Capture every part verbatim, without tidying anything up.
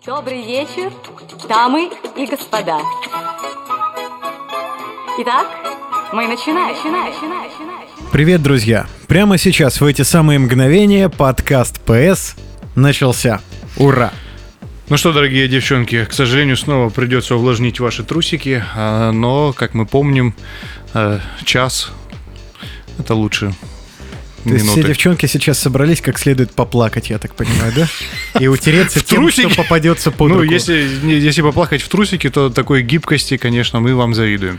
Добрый вечер, дамы и господа. Итак, мы начинаем. начинаем, начинаем, начинаем. Привет, друзья! Прямо сейчас, в эти самые мгновения, подкаст ПС начался. Ура! Ну что, дорогие девчонки, к сожалению, снова придется увлажнить ваши трусики, но, как мы помним, час — это лучше. То есть все девчонки сейчас собрались как следует поплакать, я так понимаю, да? И утереться тем, что попадется под руку. Ну, если, если поплакать в трусике, то такой гибкости, конечно, мы вам завидуем.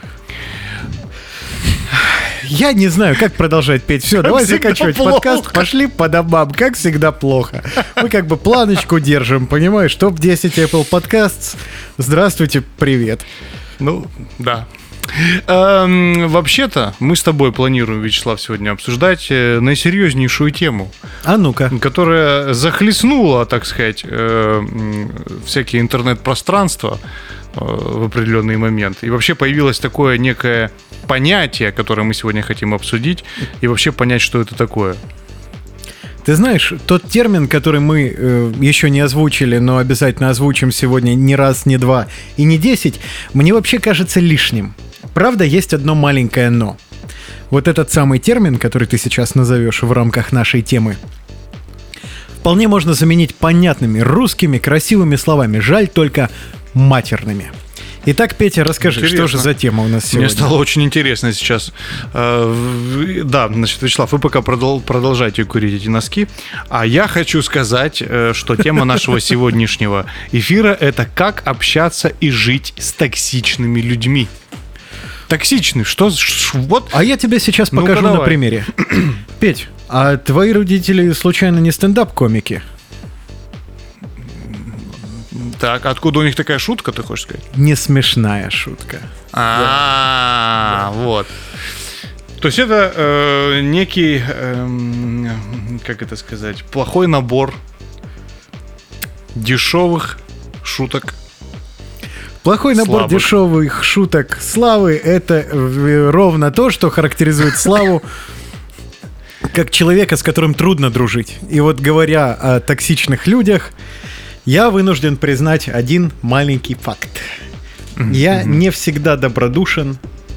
Я не знаю, как продолжать петь. Все, как давай заканчивать плохо. Подкаст. Пошли по домам. Как всегда плохо. Мы как бы планочку держим, понимаешь? топ десять Apple Podcasts. Здравствуйте, привет. Ну, да. Эм, вообще-то мы с тобой планируем, Вячеслав, сегодня обсуждать наисерьезнейшую тему. А ну-ка. Которая захлестнула, так сказать, э, всякие интернет-пространства э, в определенный момент. И вообще появилось такое некое понятие, которое мы сегодня хотим обсудить, и вообще понять, что это такое. Ты знаешь, тот термин, который мы э, еще не озвучили, но обязательно озвучим сегодня не раз, не два и не десять, мне вообще кажется лишним. Правда, есть одно маленькое «но». Вот этот самый термин, который ты сейчас назовешь в рамках нашей темы, вполне можно заменить понятными, русскими, красивыми словами. Жаль, только матерными. Итак, Петя, расскажи, интересно. Что же за тема у нас сегодня? Мне стало очень интересно сейчас. Да, значит, Вячеслав, вы пока продолжайте курить эти носки. А я хочу сказать, что тема нашего сегодняшнего эфира — это как общаться и жить с токсичными людьми. Токсичный, что? Вот. А я тебе сейчас покажу ну-ка, на давай. примере. Петь, а твои родители случайно не стендап-комики? Так, откуда у них такая шутка, ты хочешь сказать? Не смешная шутка. А, вот. То есть это э, некий, э, как это сказать, плохой набор дешевых шуток. Плохой набор слабых. дешевых шуток славы — это ровно то, что характеризует Славу как человека, с которым трудно дружить. И вот говоря о токсичных людях, я вынужден признать один маленький факт. Я не всегда добродушен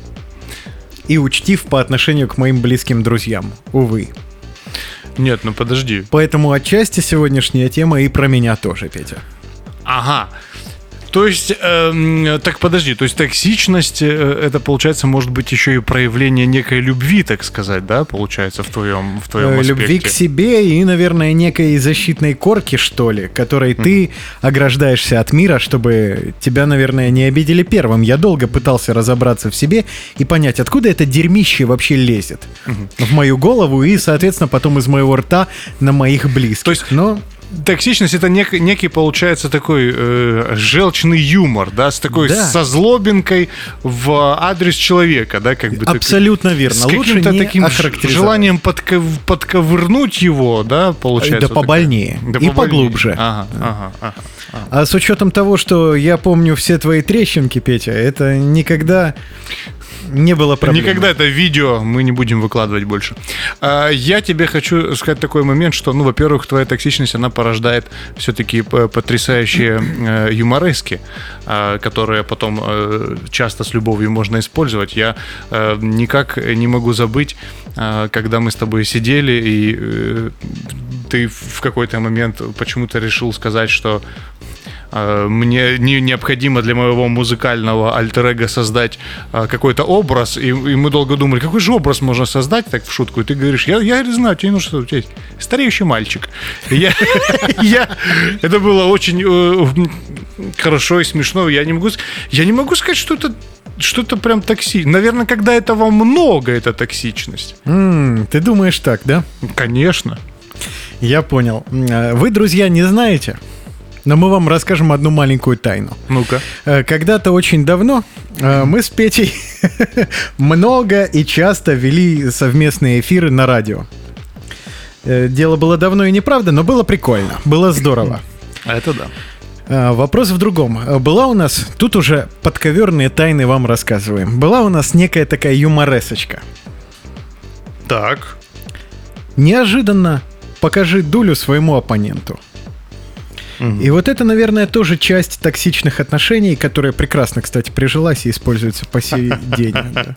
и учтив по отношению к моим близким друзьям, увы. Нет, ну подожди. Поэтому отчасти сегодняшняя тема и про меня тоже, Петя. Ага. То есть, э, так подожди, то есть токсичность, э, это, получается, может быть еще и проявление некой любви, так сказать, да, получается, в твоем, в твоем аспекте? Любви к себе и, наверное, некой защитной корки, что ли, которой mm-hmm. ты ограждаешься от мира, чтобы тебя, наверное, не обидели первым. Я долго пытался разобраться в себе и понять, откуда это дерьмище вообще лезет mm-hmm. в мою голову и, соответственно, потом из моего рта на моих близких. То есть, но... Токсичность — это нек, некий, получается, такой э, желчный юмор, да, с такой да. со злобинкой в адрес человека, да, как бы. Абсолютно так, верно. С Лучше каким-то не таким желанием подков, подковырнуть его, да, получается. Да побольнее да и побольнее. Поглубже. Ага, ага, ага, ага. А с учетом того, что я помню все твои трещинки, Петя, это никогда... Не было проблем. Никогда это видео мы не будем выкладывать больше. Я тебе хочу сказать такой момент, что, ну, во-первых, твоя токсичность, она порождает все-таки потрясающие юморески, которые потом часто с любовью можно использовать. Я никак не могу забыть, когда мы с тобой сидели, и ты в какой-то момент почему-то решил сказать, что мне не необходимо для моего музыкального альтер-эго создать а, какой-то образ, и, и мы долго думали, какой же образ можно создать, так в шутку, и ты говоришь, я, я не знаю, тебе нужно, у тебя есть стареющий мальчик. Я, я, это было очень э, хорошо и смешно, я не могу, я не могу сказать, что это что-то прям токсично. Наверное, когда этого много, это токсичность. Mm, ты думаешь так, да? Конечно. Я понял. Вы, друзья, не знаете, но мы вам расскажем одну маленькую тайну. Ну-ка. Когда-то очень давно мы с Петей много и часто вели совместные эфиры на радио. Дело было давно и неправда, но было прикольно, было здорово. Это да. Вопрос в другом. Была у нас, тут уже подковерные тайны вам рассказываем, была у нас некая такая юморесочка. Так. Неожиданно покажи дулю своему оппоненту. Угу. И вот это, наверное, тоже часть токсичных отношений, которая прекрасно, кстати, прижилась и используется по сей день.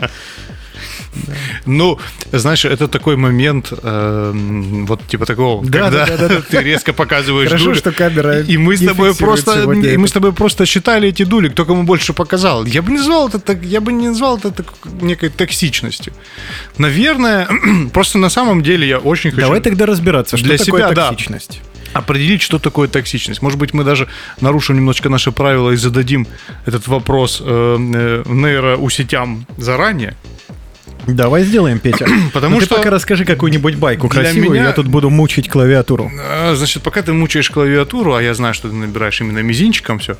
Да. Ну, знаешь, это такой момент, э, вот типа такого, да, когда да, да, да, ты резко показываешь Хорошо, дули, что камера и мы с тобой просто, и мы с тобой просто считали эти дули, кто кому больше показал. Я бы не назвал это так, я бы не назвал это так, некой токсичностью. Наверное, просто на самом деле я очень хочу. Давай тогда разбираться, что для такое себя, токсичность. Да, определить, что такое токсичность. Может быть, мы даже нарушим немножко наши правила и зададим этот вопрос э, э, нейроусетям заранее. Давай сделаем, Петя. Потому Но что ты пока расскажи какую-нибудь байку красивую, меня... я тут буду мучить клавиатуру. Значит, пока ты мучаешь клавиатуру, а я знаю, что ты набираешь именно мизинчиком все,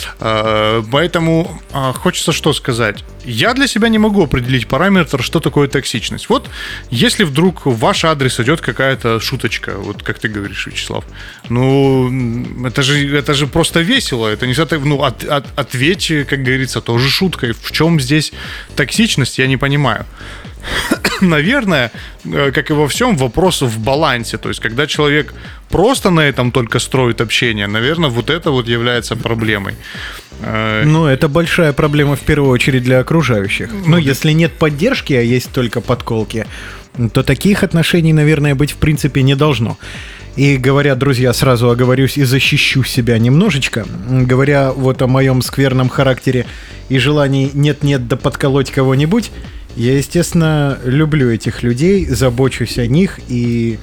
поэтому хочется что сказать. Я для себя не могу определить параметр, что такое токсичность. Вот если вдруг в ваш адрес идет какая-то шуточка, вот как ты говоришь, Вячеслав, ну, это же, это же просто весело, это не всегда, ну, от, от, ответь, как говорится, тоже шуткой. В чем здесь токсичность, я не понимаю. Наверное, как и во всем, вопрос в балансе. То есть, когда человек просто на этом только строит общение, наверное, вот это вот является проблемой. Ну, это большая проблема в первую очередь для окружающих. Ну, ну если нет поддержки, а есть только подколки, то таких отношений, наверное, быть в принципе не должно. И говоря, друзья, сразу оговорюсь и защищу себя немножечко, говоря вот о моем скверном характере и желании нет-нет да подколоть кого-нибудь, я, естественно, люблю этих людей, забочусь о них, и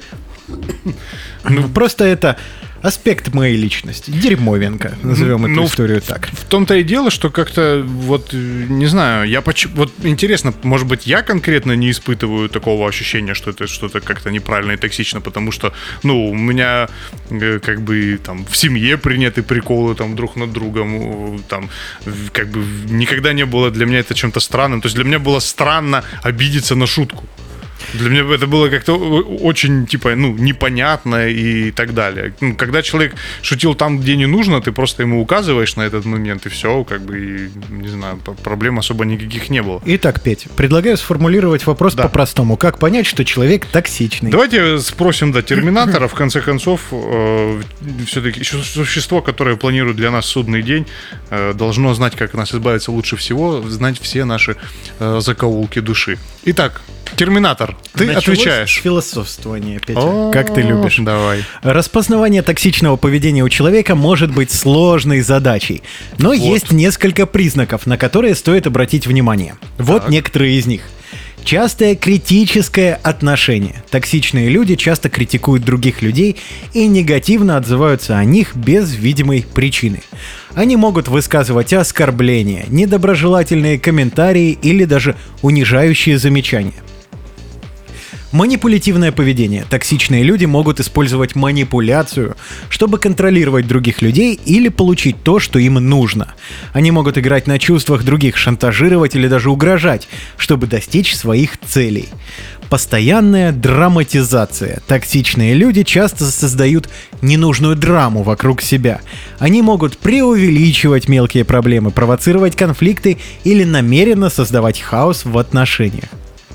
ну, просто это аспект моей личности. Дерьмовенко, назовем эту ну, историю в, так. В том-то и дело, что как-то, вот, не знаю, я поч... вот интересно, может быть, я конкретно не испытываю такого ощущения, что это что-то как-то неправильно и токсично, потому что, ну, у меня как бы там в семье приняты приколы там друг над другом, там, как бы никогда не было для меня это чем-то странным. То есть для меня было странно обидеться на шутку. Для меня это было как-то очень, типа, ну, непонятно и так далее. Ну, когда человек шутил там, где не нужно, ты просто ему указываешь на этот момент, и все, как бы, и, не знаю, проблем особо никаких не было. Итак, Петь, предлагаю сформулировать вопрос да. по-простому. Как понять, что человек токсичный? Давайте спросим, да, Терминатора, в конце концов, э, все-таки существо, которое планирует для нас судный день, э, должно знать, как от нас избавиться лучше всего, знать все наши э, закоулки души. Итак, Терминатор, ты Началось отвечаешь. Философствование, Петя. О-о-о, как ты любишь. Давай. Распознавание токсичного поведения у человека может быть сложной задачей, но вот. есть несколько признаков, на которые стоит обратить внимание. Вот так. некоторые из них. Частое критическое отношение. Токсичные люди часто критикуют других людей и негативно отзываются о них без видимой причины. Они могут высказывать оскорбления, недоброжелательные комментарии или даже унижающие замечания. Манипулятивное поведение. Токсичные люди могут использовать манипуляцию, чтобы контролировать других людей или получить то, что им нужно. Они могут играть на чувствах других, шантажировать или даже угрожать, чтобы достичь своих целей. Постоянная драматизация. Токсичные люди часто создают ненужную драму вокруг себя. Они могут преувеличивать мелкие проблемы, провоцировать конфликты или намеренно создавать хаос в отношениях.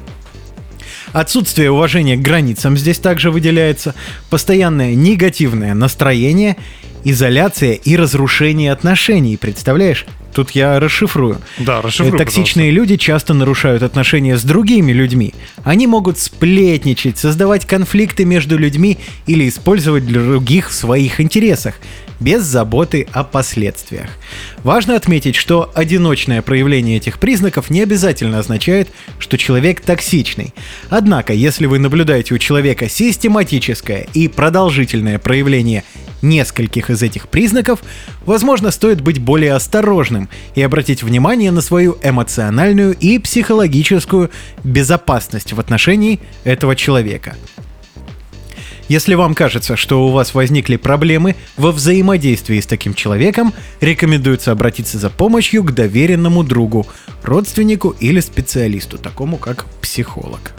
Отсутствие уважения к границам здесь также выделяется, постоянное негативное настроение, изоляция и разрушение отношений, представляешь? Тут я расшифрую. Да, расшифруй, Токсичные пожалуйста. люди часто нарушают отношения с другими людьми. Они могут сплетничать, создавать конфликты между людьми или использовать других в своих интересах, без заботы о последствиях. Важно отметить, что одиночное проявление этих признаков не обязательно означает, что человек токсичный. Однако, если вы наблюдаете у человека систематическое и продолжительное проявление нескольких из этих признаков, возможно, стоит быть более осторожным и обратить внимание на свою эмоциональную и психологическую безопасность в отношении этого человека. Если вам кажется, что у вас возникли проблемы во взаимодействии с таким человеком, рекомендуется обратиться за помощью к доверенному другу, родственнику или специалисту, такому как психолог.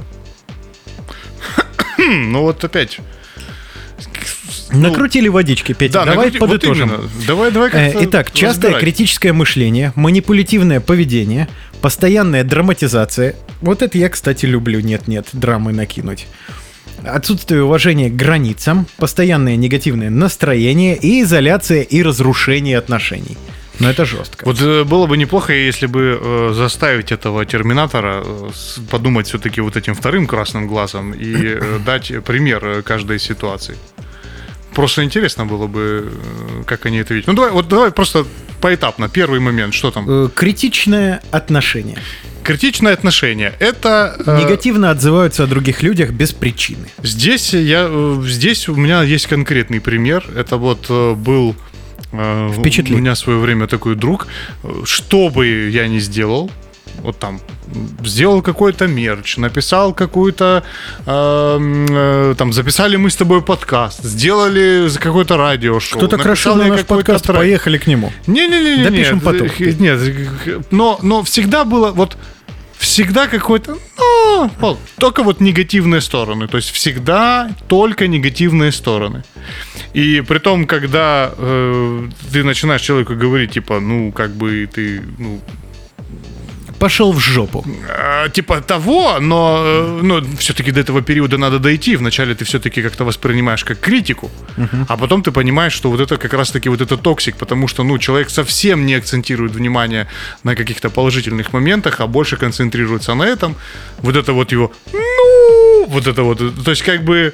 Ну вот опять... Накрутили водички, Петя. Да, давай накрути... подытожим. Вот давай, давай как-то Итак, частое разбирать. критическое мышление, манипулятивное поведение, постоянная драматизация. Вот это я, кстати, люблю. Нет-нет, драмы накинуть. Отсутствие уважения к границам, постоянное негативное настроение и изоляция и разрушение отношений. Но это жестко. Вот э, было бы неплохо, если бы э, заставить этого терминатора э, с- подумать все-таки вот этим вторым красным глазом и э, дать пример э, каждой ситуации. Просто интересно было бы, э, как они это видят. Ну давай, вот давай просто поэтапно. Первый момент, что там? Э, Критичное отношение. Критичное отношение. Это э, Негативно отзываются о других людях без причины. здесь я э, здесь у меня есть конкретный пример. Это вот э, был э, Впечатли. у меня в свое время такой друг. Э, Что бы я ни сделал, вот там сделал какой-то мерч, написал какую-то, э, э, там записали мы с тобой подкаст, сделали какое-то радиошоу. Кто-то написал крашил на я наш какой-то подкаст, трек. поехали к нему. Не-не-не, Допишем нет, потом. э, Нет, но, но всегда было вот всегда какой-то, ну, вот, только вот негативные стороны. То есть всегда только негативные стороны. И при том, когда э, ты начинаешь человеку говорить, типа, ну, как бы ты, ну, Пошел в жопу. э, типа того, но, э, но все-таки до этого периода надо дойти. Вначале ты все-таки как-то воспринимаешь как критику, а потом ты понимаешь, что вот это как раз-таки вот это токсик, потому что, ну, человек совсем не акцентирует внимание на каких-то положительных моментах, а больше концентрируется на этом. Вот это вот его, ну, вот это вот, то есть как бы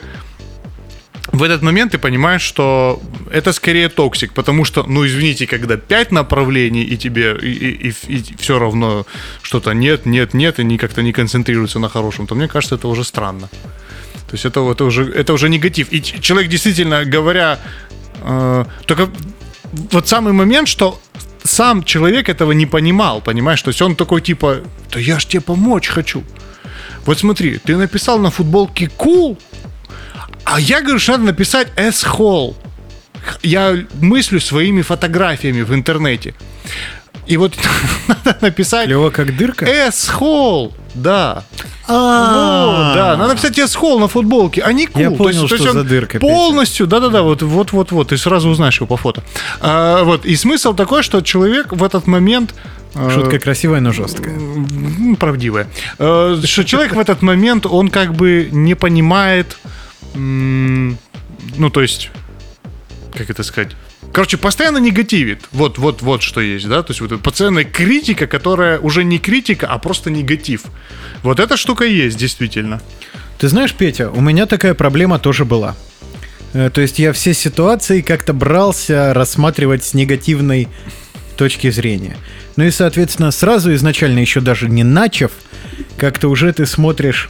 в этот момент ты понимаешь, что это скорее токсик, потому что, ну, извините, когда пять направлений, и тебе и, и, и, и все равно что-то нет, нет, нет, и они как-то не концентрируются на хорошем, то мне кажется, это уже странно. То есть это, это, уже, это уже негатив. И ч- человек действительно, говоря, э, только вот самый момент, что сам человек этого не понимал, понимаешь? То есть он такой типа, да я ж тебе помочь хочу. Вот смотри, ты написал на футболке cool, а я говорю, что надо написать S-hole. Я мыслю своими фотографиями в интернете. И вот надо написать Клево как дырка. S-hole, да. А, Вот, да, надо написать S-hole на футболке, а не cool. Я То понял, есть- то есть что он за дырка, Петя. полностью, да-да-да, вот, вот, вот, вот, ты сразу узнаешь его по фото. А, вот, и смысл такой, что человек в этот момент... э, Шутка красивая, но жесткая. м, правдивая. Э, Что человек в этот момент, он как бы не понимает, м, ну, то есть, как это сказать, короче, постоянно негативит. Вот, вот, вот что есть, да, то есть вот эта постоянная критика, которая уже не критика, а просто негатив. Вот эта штука есть, действительно. Ты знаешь, Петя, у меня такая проблема тоже была. Э, То есть я все ситуации как-то брался рассматривать с негативной точки зрения. Ну и, соответственно, сразу изначально, еще даже не начав, как-то уже ты смотришь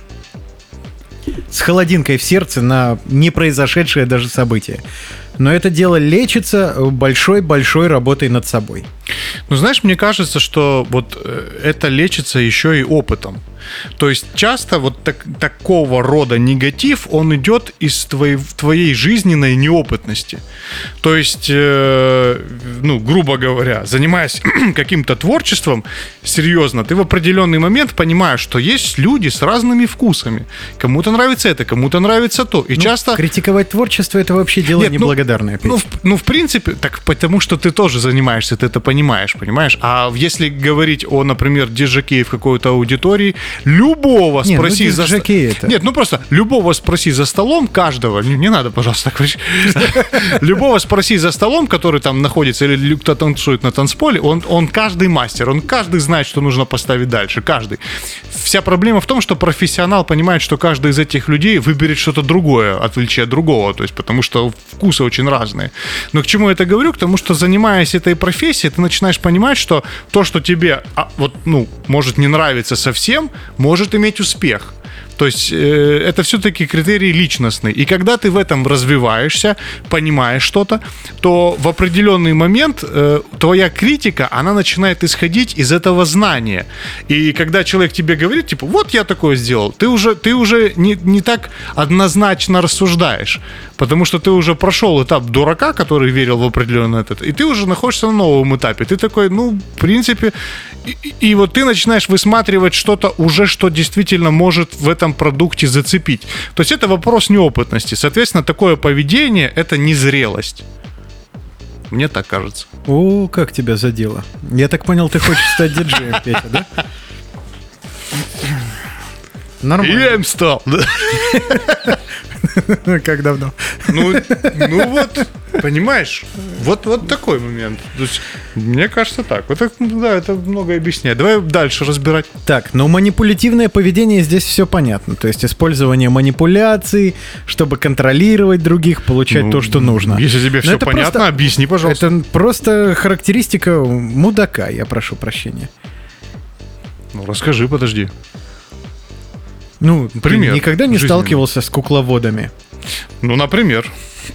с холодинкой в сердце на не произошедшее даже событие. Но это дело лечится большой-большой работой над собой. Ну, знаешь, мне кажется, что вот э, это лечится еще и опытом. То есть часто вот так- такого рода негатив, он идет из твоей, твоей жизненной неопытности. То есть, э, ну, грубо говоря, занимаясь каким-то творчеством, серьезно, ты в определенный момент понимаешь, что есть люди с разными вкусами. Кому-то нравится это, кому-то нравится то. И Ну, часто... критиковать творчество — это вообще дело Нет, ну, неблагодарное, Петя. Ну в, ну, в принципе, так потому что ты тоже занимаешься, ты это понимаешь, понимаешь? А если говорить о, например, диджокее в какой-то аудитории, любого Не, ну, спроси за ст- диджокей это- Нет, ну просто любого спроси за столом, каждого, не, не надо, пожалуйста, так говорить. Любого спроси за столом, который там находится, или лю- кто танцует на танцполе, он, он каждый мастер, он каждый знает, что нужно поставить дальше, каждый. Вся проблема в том, что профессионал понимает, что каждый из этих людей выберет что-то другое, в отличие от другого, то есть потому что вкусы очень разные. Но к чему я это говорю? К тому, что занимаясь этой профессией, ты начинаешь понимать, что то, что тебе а, вот, ну, может не нравиться совсем, может иметь успех. То есть э, это все-таки критерий личностный. И когда ты в этом развиваешься, понимаешь что-то, то в определенный момент э, твоя критика, она начинает исходить из этого знания. И когда человек тебе говорит, типа, вот я такое сделал, ты уже, ты уже не, не так однозначно рассуждаешь. Потому что ты уже прошел этап дурака, который верил в определенный этот, и ты уже находишься на новом этапе. Ты такой, ну, в принципе... И, и, и вот ты начинаешь высматривать что-то уже, что действительно может в этом продукте зацепить. То есть это вопрос неопытности. Соответственно, такое поведение — это незрелость. Мне так кажется. О, как тебя задело. Я так понял, ты хочешь стать диджеем, Петя, да? Нормально. Я им стал. Как давно? Ну, ну вот, понимаешь, вот, вот такой момент. То есть, мне кажется так. Вот это, да, это многое объясняет. Давай дальше разбирать. Так, ну манипулятивное поведение здесь все понятно. То есть использование манипуляций, чтобы контролировать других, получать Ну, то, что нужно. Если тебе Но все это понятно, просто- объясни, пожалуйста. Это просто характеристика мудака, я прошу прощения. Ну, расскажи, подожди. Ну, ты Пример никогда не жизненный. сталкивался с кукловодами? Ну, например.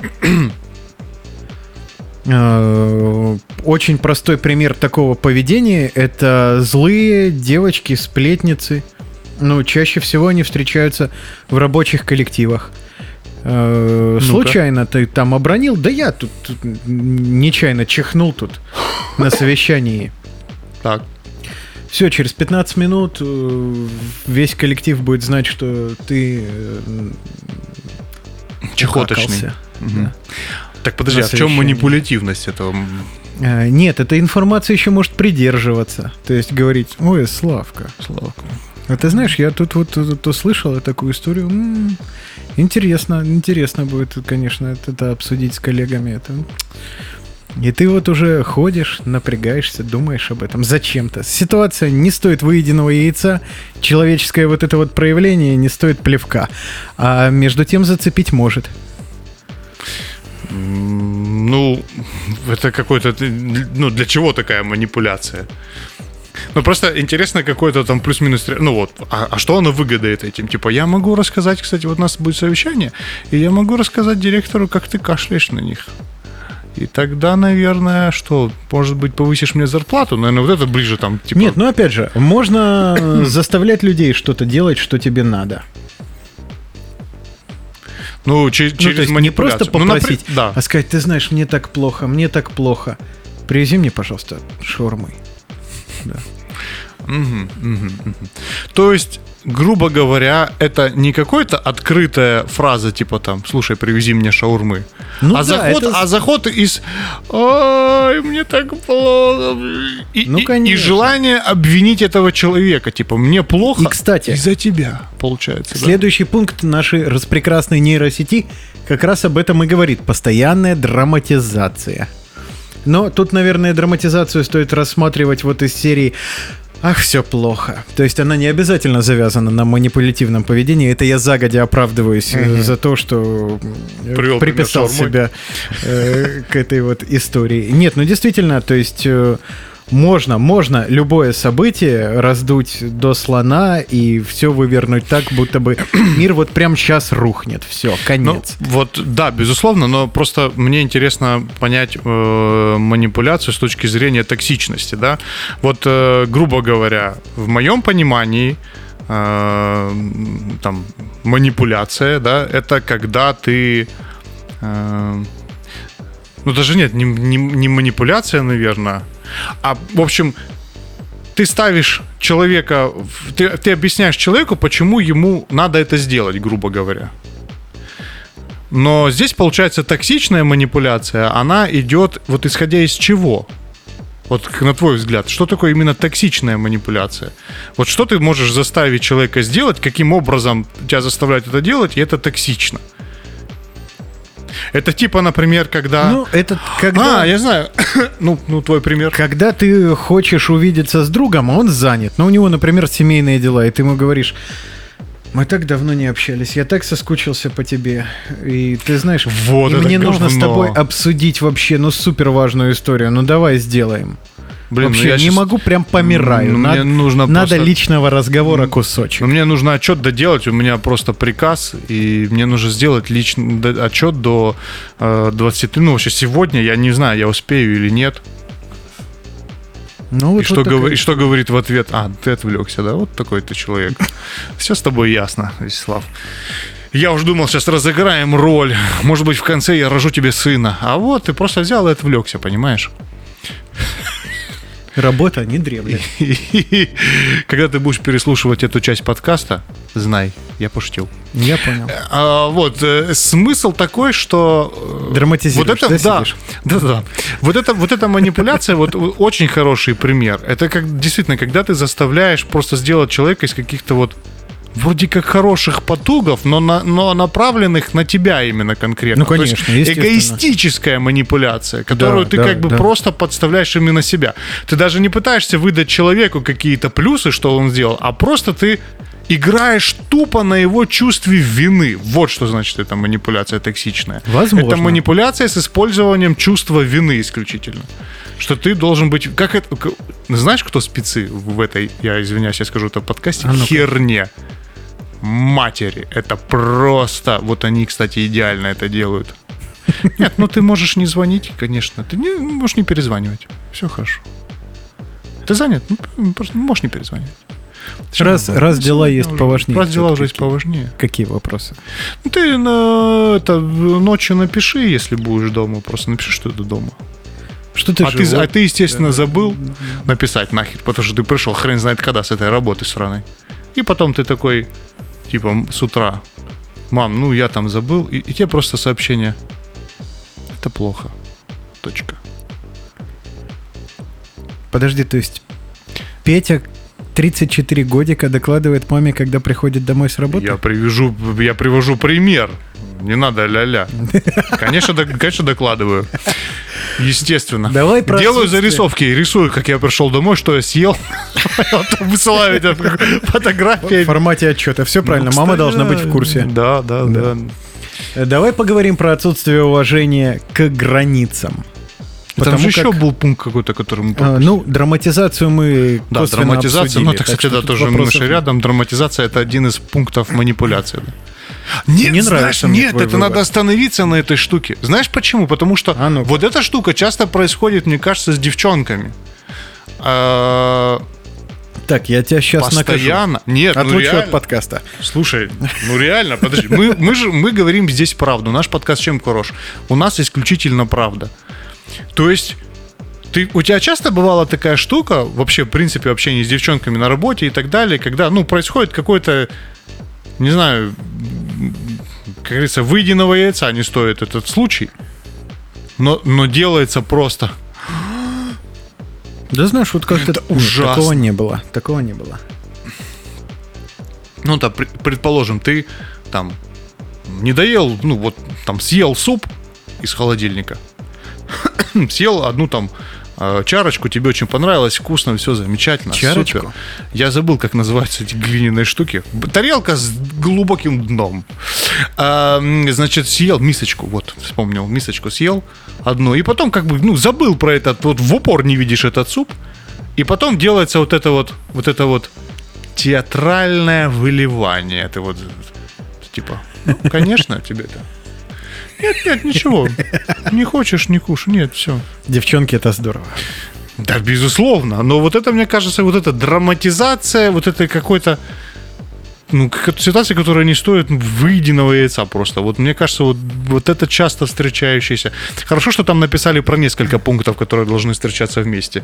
Э, Очень простой пример такого поведения — это злые девочки-сплетницы. Ну, чаще всего они встречаются в рабочих коллективах. Э, Ну-ка. Случайно ты там обронил? Да я тут, тут нечаянно чихнул тут на совещании. Так. Все, через пятнадцать минут э, весь коллектив будет знать, что ты э, Чехоточный. укакался. Мгм. Так подожди, На а в чем совещании. манипулятивность этого? Э, Нет, эта информация еще может придерживаться. То есть говорить: ой, Славка, Славка. А ты знаешь, я тут вот тут услышал такую историю. М, Интересно, интересно будет, конечно, это, это обсудить с коллегами. Это... И ты вот уже ходишь, напрягаешься, думаешь об этом. Зачем-то. Ситуация не стоит выеденного яйца. Человеческое вот это вот проявление не стоит плевка. А между тем зацепить может. М, Ну, это какой-то... Ну, для чего такая манипуляция? Ну, просто интересно какой-то там плюс-минус... Ну вот, а, а что оно выгодает этим? Типа, я могу рассказать, кстати, вот у нас будет совещание, и я могу рассказать директору, как ты кашляешь на них. И тогда, наверное, что, может быть, повысишь мне зарплату? Наверное, вот это ближе там, типа... Нет, ну опять же, можно э, заставлять людей что-то делать, что тебе надо. Ну, че- Ну, через то есть не манипуляцию. просто Ну, напри- попросить, да. а сказать: ты знаешь, мне так плохо, мне так плохо. Привези мне, пожалуйста, шаурмы. Мгм, мгм, мгм. То есть, грубо говоря, это не какая-то открытая фраза, типа там: слушай, привези мне шаурмы. Ну а, да, заход, это- а заход из «Ой, мне так плохо». И, Ну, и- и конечно. желание обвинить этого человека. Типа, мне плохо И, кстати, из-за тебя, получается. да? следующий пункт нашей распрекрасной нейросети как раз об этом и говорит. Постоянная драматизация. Но тут, наверное, драматизацию стоит рассматривать вот из серии «Ах, все плохо». То есть она не обязательно завязана на манипулятивном поведении. Это я загодя оправдываюсь э, за то, что э, Привел приписал пример шаурмой. себя э, к этой вот истории. Нет, ну действительно, то есть... э, Можно, можно любое событие раздуть до слона и все вывернуть так, будто бы мир вот прямо сейчас рухнет. Все, Ну, конец. вот, да, безусловно, но просто мне интересно понять э, манипуляцию с точки зрения токсичности, да. Вот, э, грубо говоря, в моем понимании э, там манипуляция, да, это когда ты, э, ну даже нет, не, не, не манипуляция, наверное, а в общем ты ставишь человека, в- ты, ты объясняешь человеку, почему ему надо это сделать, грубо говоря. Но здесь, получается, токсичная манипуляция, она идет вот исходя из чего? Вот к- на твой взгляд, что такое именно токсичная манипуляция? Вот что ты можешь заставить человека сделать, каким образом тебя заставляют это делать, и это токсично? Это типа, например, когда... Ну, это когда... А, я знаю. ну, ну, твой пример. Когда ты хочешь увидеться с другом, а он занят, но у него, например, семейные дела, и ты ему говоришь: мы так давно не общались, я так соскучился по тебе, и ты знаешь, Вот и это мне нужно с говно. тобой обсудить вообще, ну, супер важную историю, ну, давай сделаем. Блин, ну вообще, я не щас- могу, прям помираю, Ну, мне надо, нужно надо просто- личного разговора кусочек. Но мне нужно отчет доделать, у меня просто приказ, и мне нужно сделать личный д- отчет до э, двадцати, ну, вообще сегодня, я не знаю, я успею или нет. Ну, И вот, что, вот такая говор- и что говорит в ответ? А, ты отвлекся, да? Вот такой ты человек. Все с тобой ясно, Вячеслав. Я уж думал, сейчас разыграем роль. Может быть, в конце я рожу тебе сына. А вот ты просто взял и отвлекся, понимаешь? работа не древняя. И когда ты будешь переслушивать эту часть подкаста, знай, я пошутил. Я понял. А, вот, э, смысл такой, что... э, Драматизируешь, вот это, да, да, сидишь? да, да. Вот это, вот эта манипуляция, вот очень хороший пример. Это как действительно, когда ты заставляешь просто сделать человека из каких-то вот вроде как хороших потугов, но, на, но направленных на тебя именно конкретно. Ну, конечно, то есть естественно. эгоистическая манипуляция, которую Да, ты да, как бы да. просто подставляешь именно себя. Ты даже не пытаешься выдать человеку какие-то плюсы, что он сделал, а просто ты играешь тупо на его чувстве вины. Вот что значит эта манипуляция токсичная. Возможно. Это манипуляция с использованием чувства вины исключительно. Что ты должен быть... Как это... к- Знаешь, кто спецы в этой, я извиняюсь, я скажу это в подкасте, А ну-ка. херне? Матери. Это просто... Вот они, кстати, идеально это делают. Нет, ну ты можешь не звонить, конечно. Ты не, можешь не перезванивать. Все хорошо. Ты занят? Ну, просто можешь не перезванивать. Всё Раз, нормально. раз Всё дела нормально есть уже. поважнее. Раз дела уже есть Какие- поважнее. Какие вопросы? Ну, ты на, это, ночью напиши, если будешь дома. Просто напиши, что ты дома. Что ты А ты, живой? а ты, естественно, забыл написать нахер, потому что ты пришел хрен знает когда с этой работы сраной. И потом ты такой, типа, м, с утра: мам, ну я там забыл. И, и тебе просто сообщение: это плохо. Точка. Подожди, то есть Петя тридцать четыре годика докладывает маме, когда приходит домой с работы? Я привяжу, я привожу пример. Не надо ля-ля. Конечно, док- конечно, докладываю. Естественно. Давай про Делаю отсутствие. зарисовки, рисую, как я пришел домой, что я съел. Потом высылаю тебе В фотографии. формате отчета. Все правильно, Ну, мама кстати, должна быть в курсе. Да, да, Да. да. Э, Давай поговорим про отсутствие уважения к границам. Там Потому же еще как, был пункт какой-то, который мы а, пропустили. ну, драматизацию мы Да, косвенно драматизация, обсудили, ну, это, так кстати, что да, тут тоже вопросов немножко нет. рядом. Драматизация — это один из пунктов манипуляции. да. Нет, Не знаешь, нравится мне нет, твой это вывод. надо остановиться на этой штуке. Знаешь почему? Потому что А ну-ка. вот эта штука часто происходит, мне кажется, с девчонками. А, Так, я тебя сейчас накажу. Постоянно. Нет, ну Отлучу реально. от подкаста. Слушай, ну реально, подожди. Мы, мы же мы говорим здесь правду. Наш подкаст чем хорош? У нас исключительно правда. То есть ты, у тебя часто бывала такая штука, вообще, в принципе, общение с девчонками на работе и так далее, когда, ну, происходит какой-то, не знаю, как говорится, выеденного яйца не стоит этот случай, но, но делается просто... Да знаешь, вот как-то Это нет, ужасно. такого не было. Такого не было. Ну, там, пред- предположим, ты там не доел, ну, вот, там, съел суп из холодильника, съел одну там э, чарочку, тебе очень понравилось, вкусно, все замечательно, Чарочку? супер. Я забыл, как называются эти глиняные штуки. Б- Тарелка с глубоким дном. А, м, значит, съел мисочку, вот, вспомнил, мисочку съел одну, и потом как бы, ну, забыл про этот, вот в упор не видишь этот суп, и потом делается вот это вот, вот это вот театральное выливание. Ты вот, типа, ну, конечно, тебе-то. Нет, нет, ничего. Не хочешь, не кушай. Нет, все. Девчонки, это здорово. Да, безусловно. Но вот это, мне кажется, вот эта драматизация, вот это какой-то, ну, какая-то ситуация, которая не стоит выеденного яйца просто. Вот мне кажется, вот, вот это часто встречающееся. Хорошо, что там написали про несколько пунктов, которые должны встречаться вместе.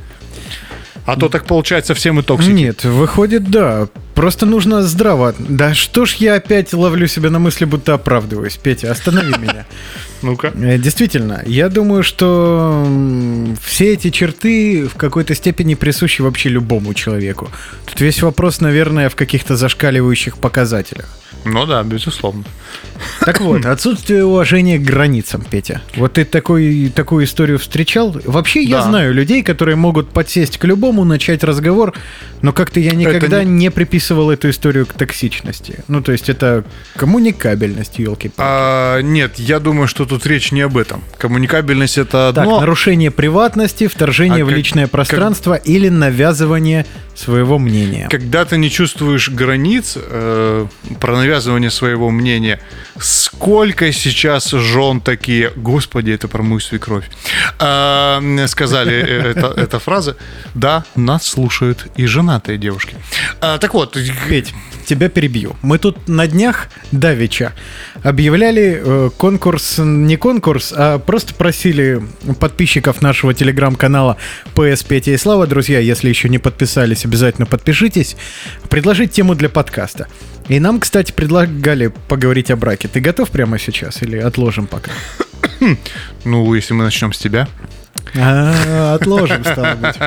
А то так получается всем и токсики. Нет, выходит, да. Просто нужно здраво. Да что ж я опять ловлю себя на мысли, будто оправдываюсь. Петя, останови меня. Ну-ка. Э, Действительно, я думаю, что м, все эти черты в какой-то степени присущи вообще любому человеку. Тут весь вопрос, наверное, в каких-то зашкаливающих показателях. Ну да, безусловно. Так вот, отсутствие уважения к границам, Петя. Вот ты такой, такую историю встречал? Вообще, я Да. знаю людей, которые могут подсесть к любому, начать разговор, но как-то я никогда Это не... приписывал эту историю к токсичности. Ну, то есть это коммуникабельность, елки. А, нет, я думаю, что тут речь не об этом. Коммуникабельность — это Так, одно. нарушение приватности, вторжение А в как- личное пространство или навязывание своего мнения. Когда ты не чувствуешь границ, э, про навязывание своего мнения, сколько сейчас жен такие, господи, это про мою свекровь, а, сказали э, это, эта фраза. Да, нас слушают и женатые девушки. А, так вот, Петь, тебя перебью. Мы тут на днях давеча объявляли э, конкурс, не конкурс, а просто просили подписчиков нашего телеграм-канала ПС Петя и Слава, друзья, если еще не подписались, обязательно подпишитесь, предложить тему для подкаста. И нам, кстати, предлагали поговорить о браке. Ты готов прямо сейчас или отложим пока? ну, если мы начнем с тебя. А, отложим, стало быть.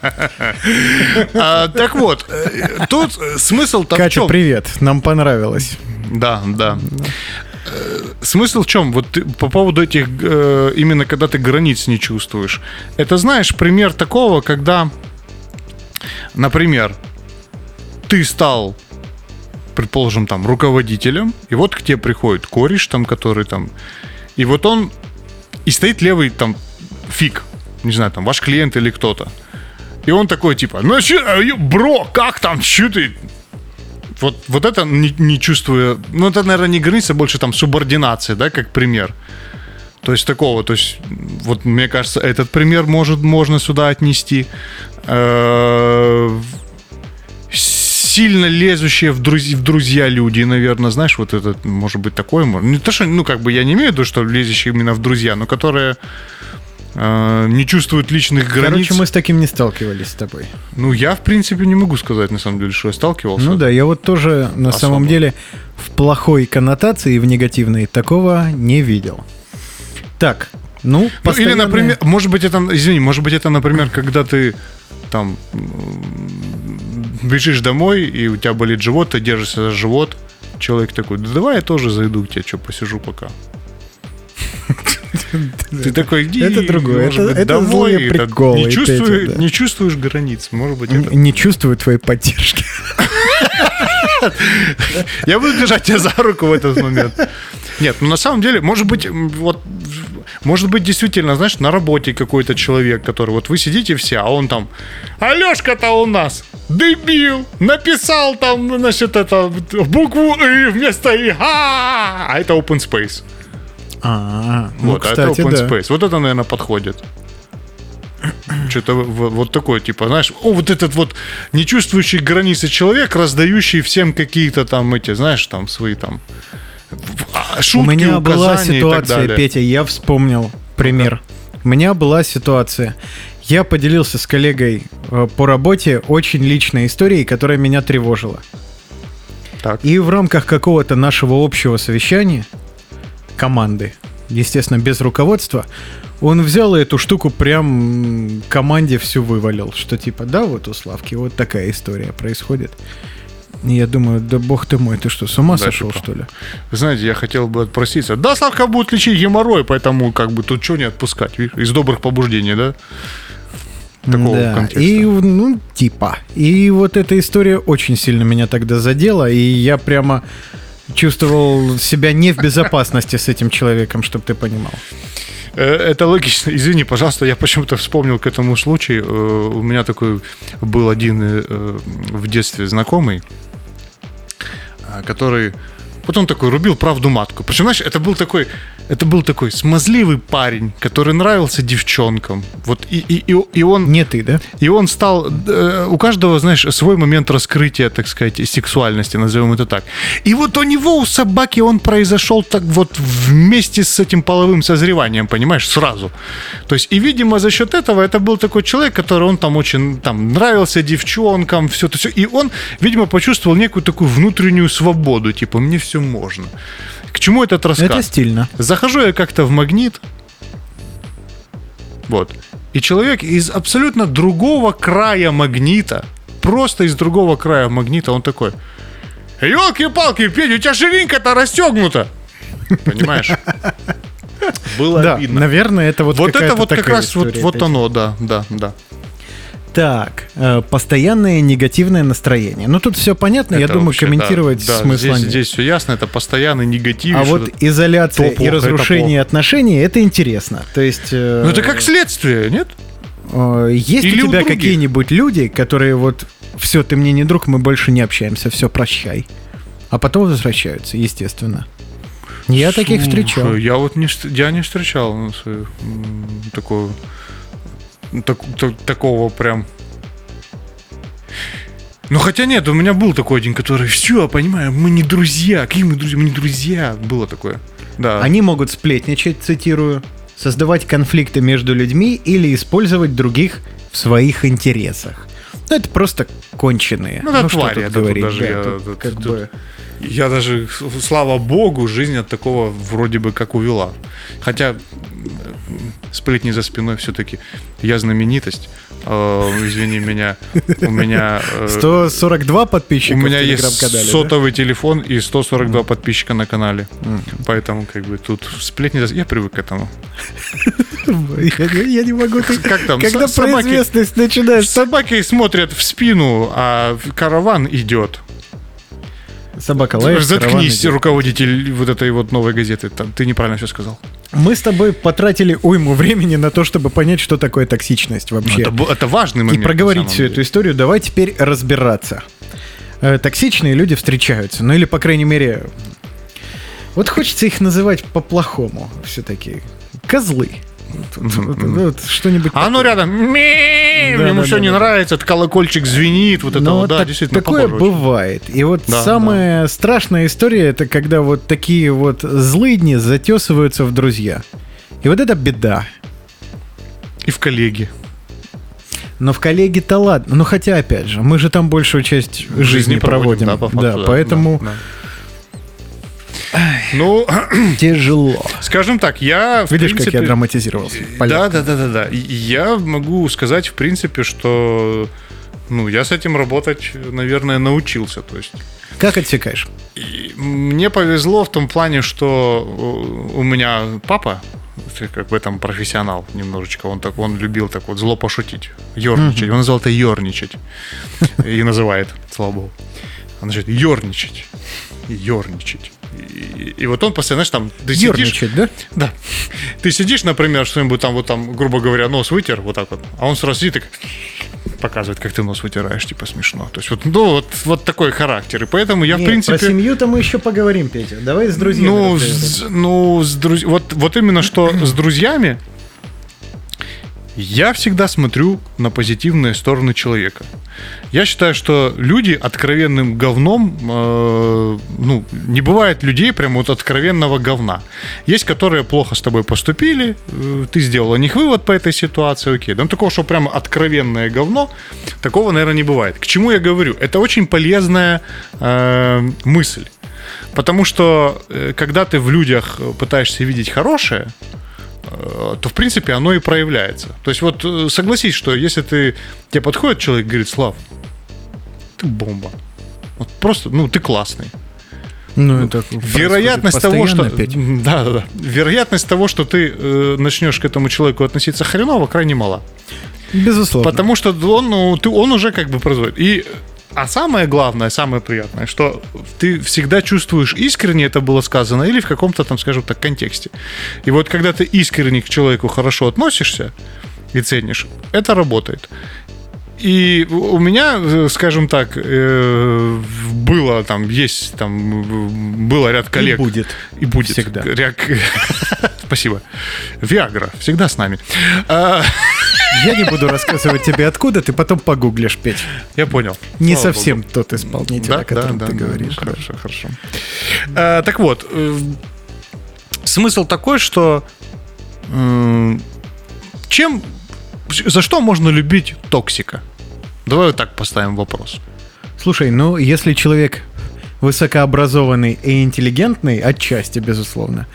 А, так вот, э, тут смысл-то в Катя, чем? привет, нам понравилось. Да, да. Э, Смысл в чем? Вот ты, по поводу этих, э, именно когда ты границ не чувствуешь. Это, знаешь, пример такого, когда, например, ты стал, предположим, там, руководителем, и вот к тебе приходит кореш, там, который там, и вот он, и стоит левый, там, фиг, не знаю, там, ваш клиент или кто-то. И он такой, типа, ну, че, бро, как там, че ты? Вот, вот это не, не чувствую, ну, это, наверное, не граница, больше там субординация, да, как пример. То есть такого, то есть, вот, мне кажется, этот пример может, можно сюда отнести. Э-э- сильно лезущие в друзья, в друзья люди, наверное, знаешь, вот это, может быть, такое. Не то, что, ну, как бы, я не имею в виду, что лезущие именно в друзья, но которые э, не чувствуют личных границ. Короче, мы с таким не сталкивались с тобой. Ну, я, в принципе, не могу сказать, на самом деле, что я сталкивался. Ну да, я вот тоже, на Особо. самом деле, в плохой коннотации и в негативной такого не видел. Так, ну, Ну, или, постоянные- например, может быть, это, извини, может быть, это, например, когда ты там бежишь домой, и у тебя болит живот, ты держишься за живот, человек такой, да давай я тоже зайду к тебе, что, посижу пока. Ты такой, иди, Это другое, может это- быть, это домой, злые и так приколы, не чувствуешь, Петя, да. не чувствуешь границ, может быть, Н- это... не чувствую твоей поддержки. Я буду держать тебя за руку в этот момент. Нет, ну на самом деле, может быть, м, вот, может быть, действительно, знаешь, на работе какой-то человек, который, вот вы сидите все, а он там, Алешка-то у нас дебил, написал там, значит, это, букву «и» вместо «и», а это open space. А, ну, Вот, а кстати, это open да. space. Вот это, наверное, подходит. Что-то в- вот такое, типа, знаешь, о, вот этот вот не чувствующий границы человек, раздающий всем какие-то там эти, знаешь, там свои там а, шутки, У меня была указания и так ситуация, далее. Петя, я вспомнил пример. У меня была ситуация. Я поделился с коллегой э, по работе очень личной историей, которая меня тревожила. Так. И в рамках какого-то нашего общего совещания команды, естественно, без руководства, он взял и эту штуку прям м, команде всю вывалил, что типа, да, вот у Славки вот такая история происходит. И я думаю, да бог ты мой, ты что, с ума Да, сошел, типа. что ли? Вы знаете, я хотел бы отпроситься. Да, Славка будет лечить геморрой, поэтому как бы тут что не отпускать, видишь, из добрых побуждений, да? Такого Да, контекста. и, ну, типа. И вот эта история очень сильно меня тогда задела, и я прямо чувствовал себя не в безопасности с этим человеком, чтобы ты понимал. Э, Это логично. Извини, пожалуйста, я почему-то вспомнил к этому случаю. Э, У меня такой был один э, в детстве знакомый, э, который... Вот он такой рубил правду матку. Причем, знаешь, это был такой, это был такой смазливый парень, который нравился девчонкам. Вот и, и, и, и он... Не ты, да? И он стал... э, у каждого, знаешь, свой момент раскрытия, так сказать, сексуальности, назовем это так. И вот у него, у собаки, он произошел так вот вместе с этим половым созреванием, понимаешь, сразу. То есть, и, видимо, за счет этого это был такой человек, который, он там очень там нравился девчонкам, все это все. И он, видимо, почувствовал некую такую внутреннюю свободу, типа, мне все можно. К чему этот рассказ? Это стильно. Захожу я как-то в Магнит, вот, и человек из абсолютно другого края Магнита, просто из другого края Магнита, он такой, елки-палки, Петя, у тебя ширинка-то расстегнута. Понимаешь? Было Да, обидно. наверное, это вот Вот это какая-то вот как такая раз вот, история, вот Петя. оно, да, да, да. Так, э, постоянное негативное настроение. Ну, тут все понятно, я Это думаю, вообще, комментировать да, да, смысла здесь, нет. здесь все ясно, это постоянный негатив. А что вот это- изоляция то и плохо, это разрушение плохо. отношений, это интересно. То есть... э, Ну это как следствие, нет? э, Есть Или у у тебя других? какие-нибудь люди, которые вот, все, ты мне не друг, мы больше не общаемся, все, прощай. А потом возвращаются, естественно. Я таких Слушай, встречал. Я вот не, вст- я не встречал ну, с- м, такого, так- так- такого прям. Ну хотя нет, у меня был такой один, который все, понимаю, мы не друзья. Какие мы друзья? Мы не друзья. Было такое. Да. Они могут сплетничать, цитирую, создавать конфликты между людьми или использовать других в своих интересах. Ну, это просто конченые. Ну, это что твари, тут это тут говорить, даже да, я- тут тут- как тут- бы Я даже, слава богу, жизнь от такого вроде бы как увела. Хотя сплетни за спиной все-таки. Я знаменитость. Э, извини меня. У меня... Э, сто сорок два подписчика у меня в есть телеграм-канале, сотовый да? телефон и сто сорок два mm. подписчика на канале. Mm. Поэтому как бы тут сплетни за... Я привык к этому. Я не могу... Как там? Когда про известность начинаешь... Собаки смотрят в спину, а караван идет. Собака лает. Заткнись, руководитель вот этой вот новой газеты. Там, ты неправильно все сказал. Мы с тобой потратили уйму времени на то, чтобы понять, что такое токсичность вообще. Это, это важный момент. И проговорить всю эту историю. Давай теперь разбираться. Токсичные люди встречаются. Ну или, по крайней мере... Вот хочется их называть по-плохому все-таки. Козлы. Вот, вот, вот, что-нибудь а оно рядом. Ми-ми-ми, да, ему да, все да, не да. нравится, этот колокольчик звенит, вот это вот, да, так, действительно. Такое бывает. И вот да, самая да. страшная история, это когда вот такие вот злыдни затесываются в друзья. И вот это беда. И в коллеги. Но в коллеге-то ладно. Ну хотя, опять же, мы же там большую часть жизни, жизни проводим. проводим. Да, по факту, да, да, поэтому... Да, да. Ну, тяжело. Скажем так, я... Видишь, в принципе, как я драматизировался. Да, да, да, да, да. Я могу сказать, в принципе, что ну, я с этим работать, наверное, научился. То есть... Как отсекаешь? И мне повезло в том плане, что у меня папа, как в этом профессионал немножечко, он, так, он любил так вот зло пошутить, ерничать. Он называл это ерничать. И называет, слава богу. Он говорит, ерничать. Ерничать. И, и вот он постоянно, знаешь, там... Ты Ерничать, сидишь, да? Да. Ты сидишь, например, что-нибудь там, вот там, грубо говоря, нос вытер, вот так вот, а он сразу сидит и показывает, как ты нос вытираешь, типа смешно. То есть вот, ну, вот, вот такой характер. И поэтому я, Нет, в принципе... про семью-то мы еще поговорим, Петя. Давай с друзьями. Ну, с, ну с друз... вот, вот именно что с друзьями я всегда смотрю на позитивные стороны человека. Я считаю, что люди откровенным говном, э, ну, не бывает людей прям вот откровенного говна. Есть, которые плохо с тобой поступили, э, ты сделал о них вывод по этой ситуации, окей. Но такого, что прям откровенное говно, такого, наверное, не бывает. К чему я говорю? Это очень полезная э, мысль. Потому что, э, когда ты в людях пытаешься видеть хорошее, то, в принципе, оно и проявляется. То есть, вот согласись, что если ты, тебе подходит человек и говорит, Слав, ты бомба. Вот просто, ну, ты классный. Ну, это вероятность того, что... Да, да, да. Вероятность того, что ты э, начнешь к этому человеку относиться хреново, крайне мала. Безусловно. Потому что он, ну, ты, он уже как бы производит. И А самое главное, самое приятное, что ты всегда чувствуешь, искренне это было сказано или в каком-то там, скажем так, контексте. И вот когда ты искренне к человеку хорошо относишься и ценишь, это работает. И у меня, скажем так, было там, есть там, было ряд коллег. И будет. И будет. Всегда. Ряд... Спасибо. Виагра всегда с нами. Я не буду рассказывать тебе, откуда, ты потом погуглишь, Петь. Я понял. Не Слава совсем Богу. Тот исполнитель, да, о котором да, ты да, говоришь. Да, хорошо, хорошо. А, так вот, э, смысл такой, что э, чем, за что можно любить токсика? Давай вот так поставим вопрос. Слушай, ну, если человек высокообразованный и интеллигентный, отчасти, безусловно,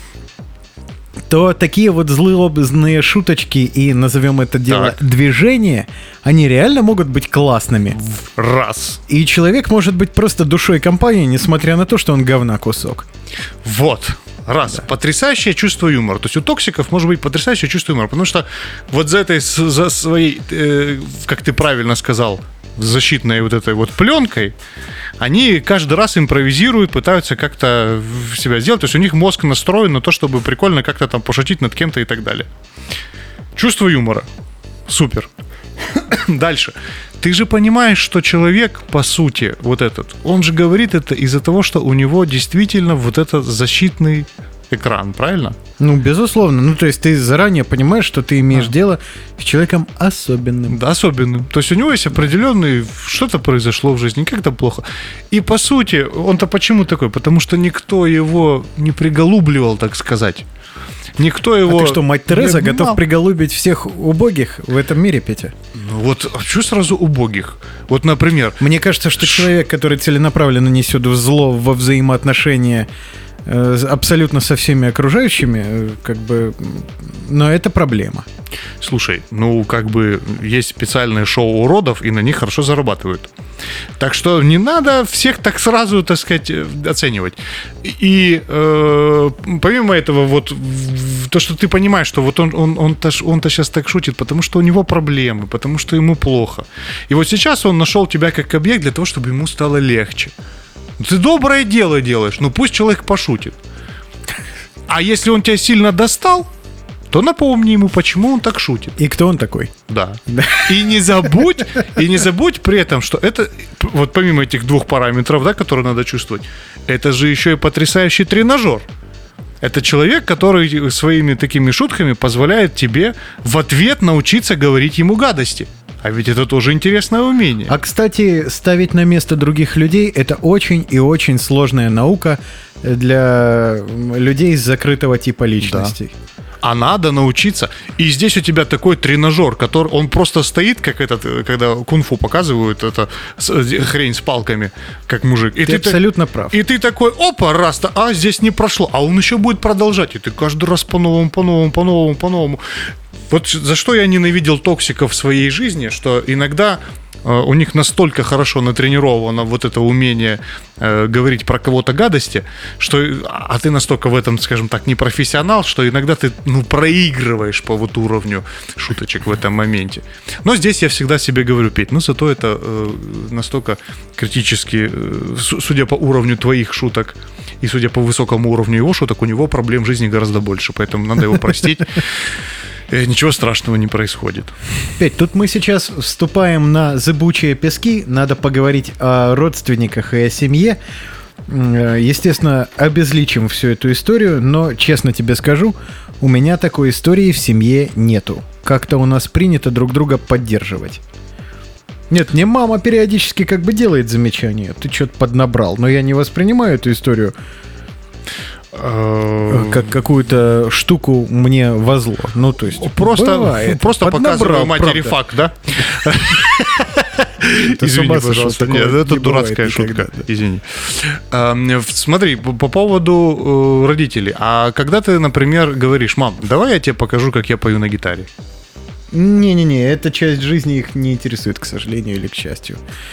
то такие вот злообразные шуточки и, назовем это дело, так. движения, они реально могут быть классными. Раз. И человек может быть просто душой компании, несмотря на то, что он говна кусок. Вот. Раз. Да. Потрясающее чувство юмора. То есть у токсиков может быть потрясающее чувство юмора. Потому что вот за этой, за своей, э, как ты правильно сказал, защитной вот этой вот пленкой, они каждый раз импровизируют, пытаются как-то себя сделать. То есть у них мозг настроен на то, чтобы прикольно как-то там пошутить над кем-то и так далее. Чувство юмора. Супер. Дальше. Ты же понимаешь, что человек, по сути, вот этот, он же говорит это из-за того, что у него действительно вот этот защитный экран, правильно? Ну, безусловно. Ну, то есть ты заранее понимаешь, что ты имеешь а. дело с человеком особенным. Да, особенным. То есть у него есть определенный... Что-то произошло в жизни, как-то плохо. И, по сути, он-то почему такой? Потому что никто его не приголубливал, так сказать. Никто его... А ты что, мать Тереза, не готов обнимал. приголубить всех убогих в этом мире, Петя? Ну вот, а что сразу убогих? Вот, например... Мне кажется, что человек, который целенаправленно несет зло во взаимоотношения э, абсолютно со всеми окружающими, э, как бы... Но это проблема. Слушай, ну, как бы есть специальные шоу уродов, и на них хорошо зарабатывают. Так что не надо всех так сразу, так сказать, оценивать. И э, помимо этого, вот в- то, что ты понимаешь, что вот он, он, он-то, ж- он-то сейчас так шутит, потому что у него проблемы, потому что ему плохо. И вот сейчас он нашел тебя как объект для того, чтобы ему стало легче. Ты доброе дело делаешь, ну пусть человек пошутит. А если он тебя сильно достал, то напомни ему, почему он так шутит. И кто он такой? Да. И не забудь, и не забудь при этом, что это, вот помимо этих двух параметров, да, которые надо чувствовать, это же еще и потрясающий тренажер. Это человек, который своими такими шутками позволяет тебе в ответ научиться говорить ему гадости. А ведь это тоже интересное умение. А, кстати, ставить на место других людей – это очень и очень сложная наука для людей с закрытого типа личностей. А надо научиться. И здесь у тебя такой тренажер, который он просто стоит, как этот, когда кунг-фу показывают, это с- хрень с палками, как мужик. И Ты так- абсолютно прав. И ты такой, опа, раз, а здесь не прошло, а он еще будет продолжать. И ты каждый раз по-новому, по-новому, по-новому, по-новому. Вот за что я ненавидел токсиков в своей жизни, что иногда э, у них настолько хорошо натренировано вот это умение э, говорить про кого-то гадости, что, а ты настолько в этом, скажем так, не профессионал, что иногда ты, ну, проигрываешь по вот уровню шуточек в этом моменте. Но здесь я всегда себе говорю, Петь, ну зато это э, настолько критически, э, су- судя по уровню твоих шуток и судя по высокому уровню его шуток, у него проблем в жизни гораздо больше, поэтому надо его простить. Э, Ничего страшного не происходит. Петь, тут мы сейчас вступаем на зыбучие пески. Надо поговорить о родственниках и о семье. М, э, Естественно, обезличим всю эту историю, но, честно тебе скажу, у меня такой истории в семье нету. Как-то у нас принято друг друга поддерживать. Нет, мне мама периодически как бы делает замечание. Ты что-то поднабрал. Но я не воспринимаю эту историю э, как какую-то штуку мне во зло. Ну, то есть, Просто, бывает. просто Поднабрал, показываю матери правда. факт, да? Ты с Извини, ума сошел, пожалуйста. такого Нет, это не дурацкая бывает шутка. никогда, да. Извини. Эм, в- Смотри, по по поводу э, родителей. А когда ты, например, говоришь, мам, давай я тебе покажу, как я пою на гитаре. Не-не-не, эта часть жизни их не интересует, к сожалению или к счастью.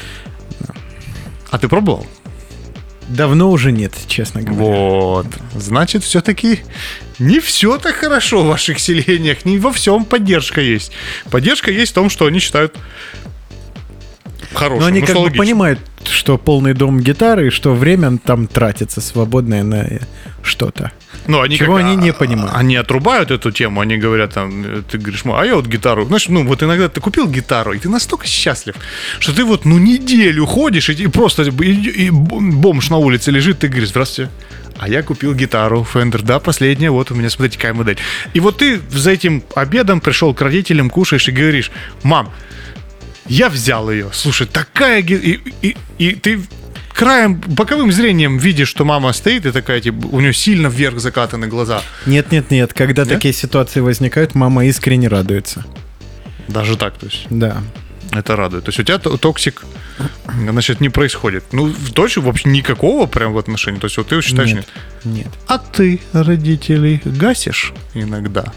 А ты пробовал? Давно уже нет, честно говоря. Вот. Значит, все-таки не все так хорошо в ваших селениях. Не во всем поддержка есть. Поддержка есть в том, что они считают хорошим. Но они ну, как что бы логично. понимают, что полный дом гитары, и что время там тратится свободное на что-то. Ну, они Чего как- они не а- понимают. Они отрубают эту тему, они говорят там, э, ты говоришь, «Ма, а я вот гитару». Знаешь, ну вот иногда ты купил гитару, и ты настолько счастлив, что ты вот, ну, неделю ходишь, и, и просто и, и бомж на улице лежит, ты говоришь, здравствуйте. А я купил гитару Fender, да, последняя, вот у меня, смотрите, какая модель. И вот ты за этим обедом пришел к родителям, кушаешь и говоришь, мам, я взял ее, слушай, такая... ги- И, и, и ты краем, боковым зрением видишь, что мама стоит и такая, типа, у нее сильно вверх закатаны глаза. Нет-нет-нет, когда такие ситуации возникают, мама искренне радуется. Даже так, то есть, Да. это радует. То есть у тебя т- токсик, значит, не происходит. Ну, точно вообще никакого прям в отношении. То есть вот ты считаешь... Нет, нет. А ты родителей гасишь иногда?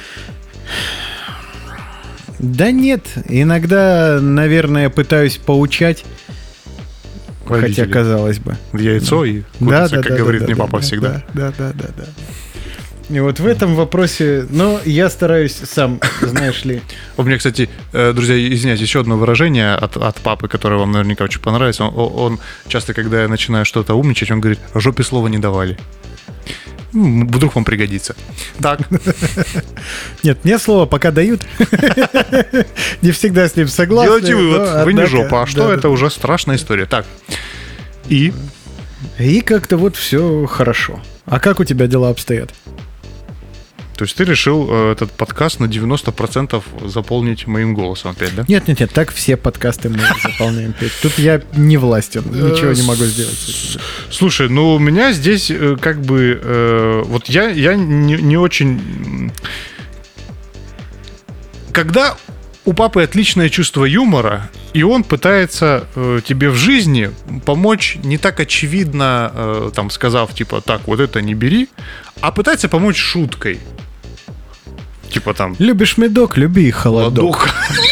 Да нет, иногда, наверное, пытаюсь поучать, хотя Родителей. казалось бы. Яйцо и Да, курица, да, как да, говорит да, мне да, папа да, всегда. Да, да, да, да. И вот в этом вопросе, ну, я стараюсь сам, знаешь ли, У меня, кстати, э, друзья, извиняюсь, еще одно выражение от, от папы, которое вам наверняка очень понравится. Он, о- он часто, когда я начинаю что-то умничать, он говорит, жопе слова не давали. Ну, вдруг вам пригодится. Так, нет, мне слово пока дают. Не всегда с ним согласен. делайте вывод, но, вы не однако, жопа. А что да, это да. уже страшная история. Так, и И как-то вот все хорошо. А как у тебя дела обстоят? То есть ты решил э, этот подкаст на девяносто процентов заполнить моим голосом опять, да? Нет, нет, нет, так все подкасты мы заполняем, Петь. Тут я не властен, ничего не могу сделать. Слушай, ну у меня здесь э, как бы... Э, вот я, я не, не очень... Когда у папы отличное чувство юмора, и он пытается э, тебе в жизни помочь не так очевидно, э, там, сказав, типа, так, вот это не бери, а пытается помочь шуткой. Типа там... Любишь медок, люби и холодок.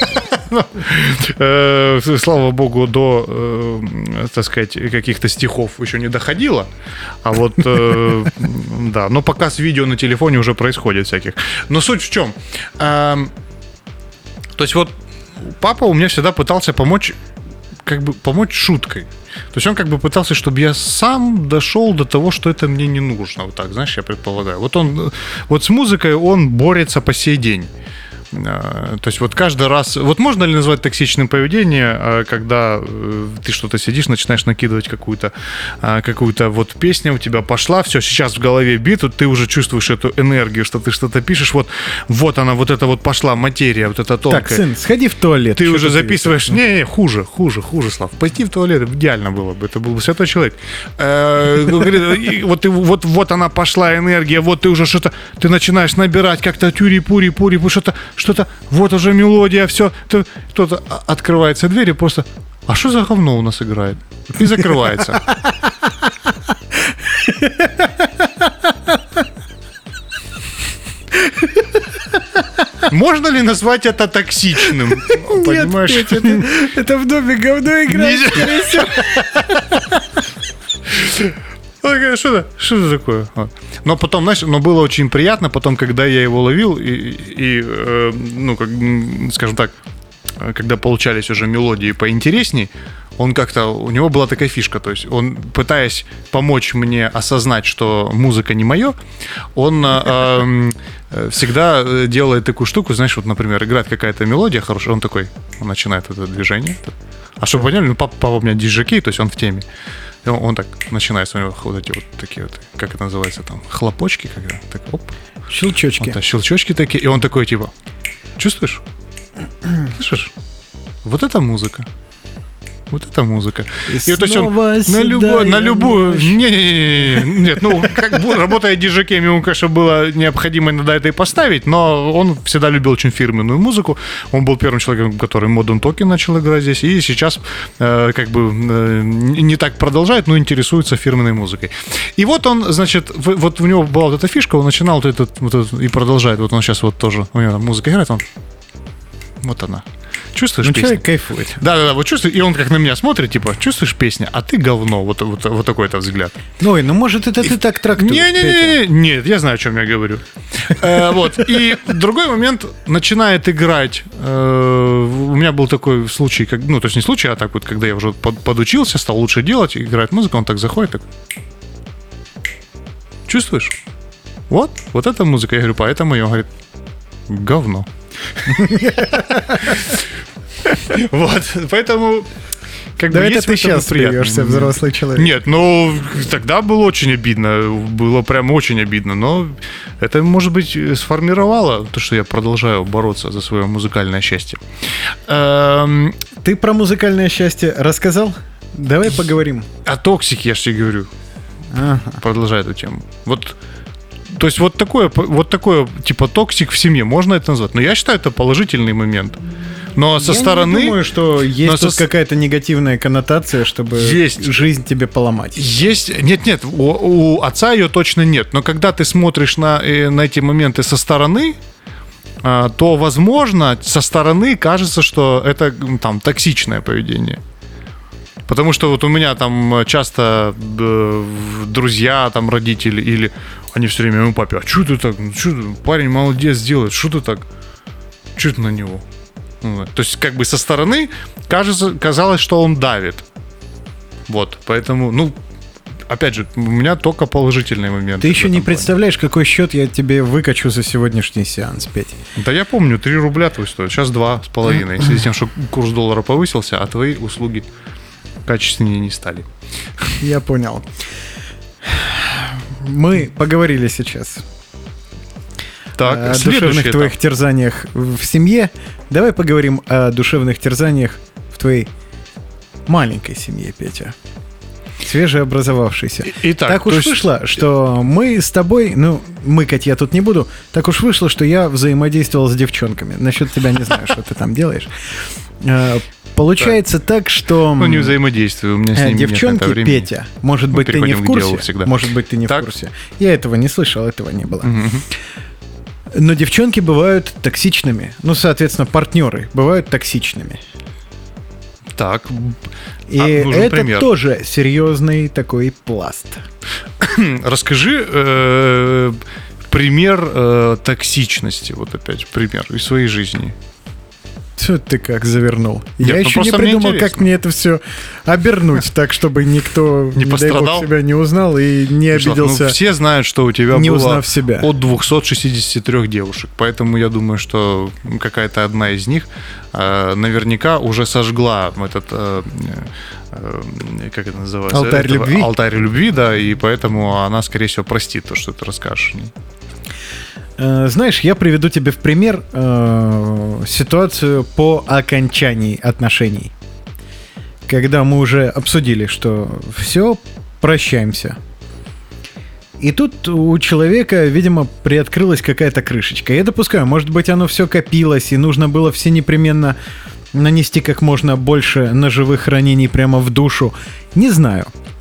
Слава богу, до, так сказать, каких-то стихов еще не доходило. А вот, да, но показ видео на телефоне уже происходит всяких. Но суть в чем? То есть вот папа у меня всегда пытался помочь, как бы помочь шуткой. То есть он как бы пытался, чтобы я сам дошел до того, что это мне не нужно. Вот так, знаешь, я предполагаю. Вот он, вот с музыкой он борется по сей день. То есть вот каждый раз... Вот можно ли назвать токсичным поведение, когда ты что-то сидишь, начинаешь накидывать какую-то, какую-то вот песню у тебя пошла, все, сейчас в голове бит, ты уже чувствуешь эту энергию, что ты что-то пишешь, вот, вот она, вот это вот пошла материя, вот эта тонкая. Так, сын, сходи в туалет. Ты уже записываешь... Не, не, хуже, хуже, хуже, Слав. Пойти в туалет, идеально было бы, это был бы святой человек. Вот, вот, вот она пошла, энергия, вот ты уже что-то, ты начинаешь набирать как-то тюри-пури-пури, что-то что-то, вот уже мелодия, все, кто-то открывается дверь и просто, а что за говно у нас играет? И закрывается. Можно ли назвать это токсичным? Понимаешь? Нет, Петя, это, это в доме говно играет. Что это? Что это такое? Но потом, знаешь, но было очень приятно потом, когда я его ловил и, и э, ну, как, скажем так, когда получались уже мелодии поинтересней, он как-то, у него была такая фишка, то есть он, пытаясь помочь мне осознать, что музыка не мое, он э, э, всегда делает такую штуку, знаешь, вот, например, играет какая-то мелодия хорошая, он такой, он начинает это движение. А чтобы вы поняли, ну, папа, папа у меня диджей, то есть он в теме. И он, он так начинает, у него вот эти вот такие вот, как это называется, там, хлопочки, когда, так, оп. Щелчочки. Вот, да, щелчочки такие, и он такой, типа, чувствуешь? Слышишь? Вот это музыка. Вот это музыка. И, и то есть он на любую, на любую, не, не, не, не, нет, ну как бы работая диджеем, ему, конечно, было необходимо иногда это и поставить, но он всегда любил очень фирменную музыку. Он был первым человеком, который Modern Talking начал играть здесь, и сейчас э, как бы э, не так продолжает, но интересуется фирменной музыкой. И вот он, значит, в, вот у него была вот эта фишка, он начинал вот этот, вот этот и продолжает. Вот он сейчас вот тоже, у него там музыка играет, он, вот она. Чувствуешь ну, песню? человек кайфует. Да-да-да, вот чувствуешь, и он как на меня смотрит, типа, чувствуешь песню, а ты говно, вот, вот, вот такой-то взгляд. Ой, ну может это и... ты так трактуешь, Не-не-не, нет, я знаю, о чем я говорю. Вот, и другой момент, начинает играть, у меня был такой случай, ну, то есть не случай, а так вот, когда я уже подучился, стал лучше делать, играет музыка, он так заходит, так, чувствуешь? Вот, вот эта музыка, я говорю, поэтому я, он говорит, говно. Вот, поэтому как да бы это ты сейчас смеешься, взрослый человек. Нет, ну тогда было очень обидно, было прям очень обидно, но это, может быть, сформировало то, что я продолжаю бороться за свое музыкальное счастье. Ты про музыкальное счастье рассказал? Давай поговорим. О токсике, я же тебе говорю. Ага. Продолжай эту тему. Вот. То есть вот такое, вот такое, типа, токсик в семье, можно это назвать. Но я считаю, это положительный момент. Но со я стороны... Я не думаю, что есть тут со... какая-то негативная коннотация, чтобы есть. Жизнь тебе поломать. Есть. Нет-нет, у, у отца ее точно нет. Но когда ты смотришь на, на эти моменты со стороны, то, возможно, со стороны кажется, что это там токсичное поведение. Потому что вот у меня там часто э, друзья, там родители, или они все время моему папе, а что ты так, ну, что ты, парень молодец делает, что ты так, что ты на него? Ну, то есть как бы со стороны кажется, казалось, что он давит. Вот, поэтому, ну, опять же, у меня только положительные моменты. Ты еще не представляешь, какой счет я тебе выкачу за сегодняшний сеанс, Петя. Да я помню, три рубля твой стоит, сейчас два с половиной, в связи с тем, что курс доллара повысился, а твои услуги качественнее не стали. Я понял. Мы поговорили сейчас Так, о следующий душевных этап. твоих терзаниях в семье. Давай поговорим о душевных терзаниях в твоей маленькой семье, Петя. Свежеобразовавшейся. Итак, так то уж есть- вышло, что мы с тобой, ну, мыкать я тут не буду, так уж вышло, что я взаимодействовал с девчонками. Насчет тебя не знаю, что ты там делаешь. Э, Получается так, что... Ну, не взаимодействую, у меня с Э, ними нет на Девчонки, это времени. Петя, может Мы быть, ты не переходим в к курсе? делу всегда. Может быть, ты не Так. в курсе. Я этого не слышал, этого не было. Мгм. Но девчонки бывают токсичными. Ну, соответственно, партнеры бывают токсичными. Так, И А, нужен это пример. тоже серьезный такой пласт. расскажи э, пример э, токсичности, вот опять пример из своей жизни. Что ты как завернул? Нет, Я ну еще не просто мне придумал, как интересно. мне это все обернуть, так, чтобы никто, Не не дай бог, пострадал? себя не узнал и не Вячеслав, обиделся. ну, все знают, что у тебя не было узнав себя. от двухсот шестидесяти трёх девушек, поэтому я думаю, что какая-то одна из них э, наверняка уже сожгла этот, э, э, как это называется? Алтарь Этого- любви? Алтарь любви, да, и поэтому она, скорее всего, простит то, что ты расскажешь. Э, Знаешь, я приведу тебе в пример э, ситуацию по окончании отношений. Когда мы уже обсудили, что все, прощаемся. И тут у человека, видимо, приоткрылась какая-то крышечка. Я допускаю, может быть, оно все копилось, и нужно было все непременно нанести как можно больше ножевых ранений прямо в душу. Не знаю.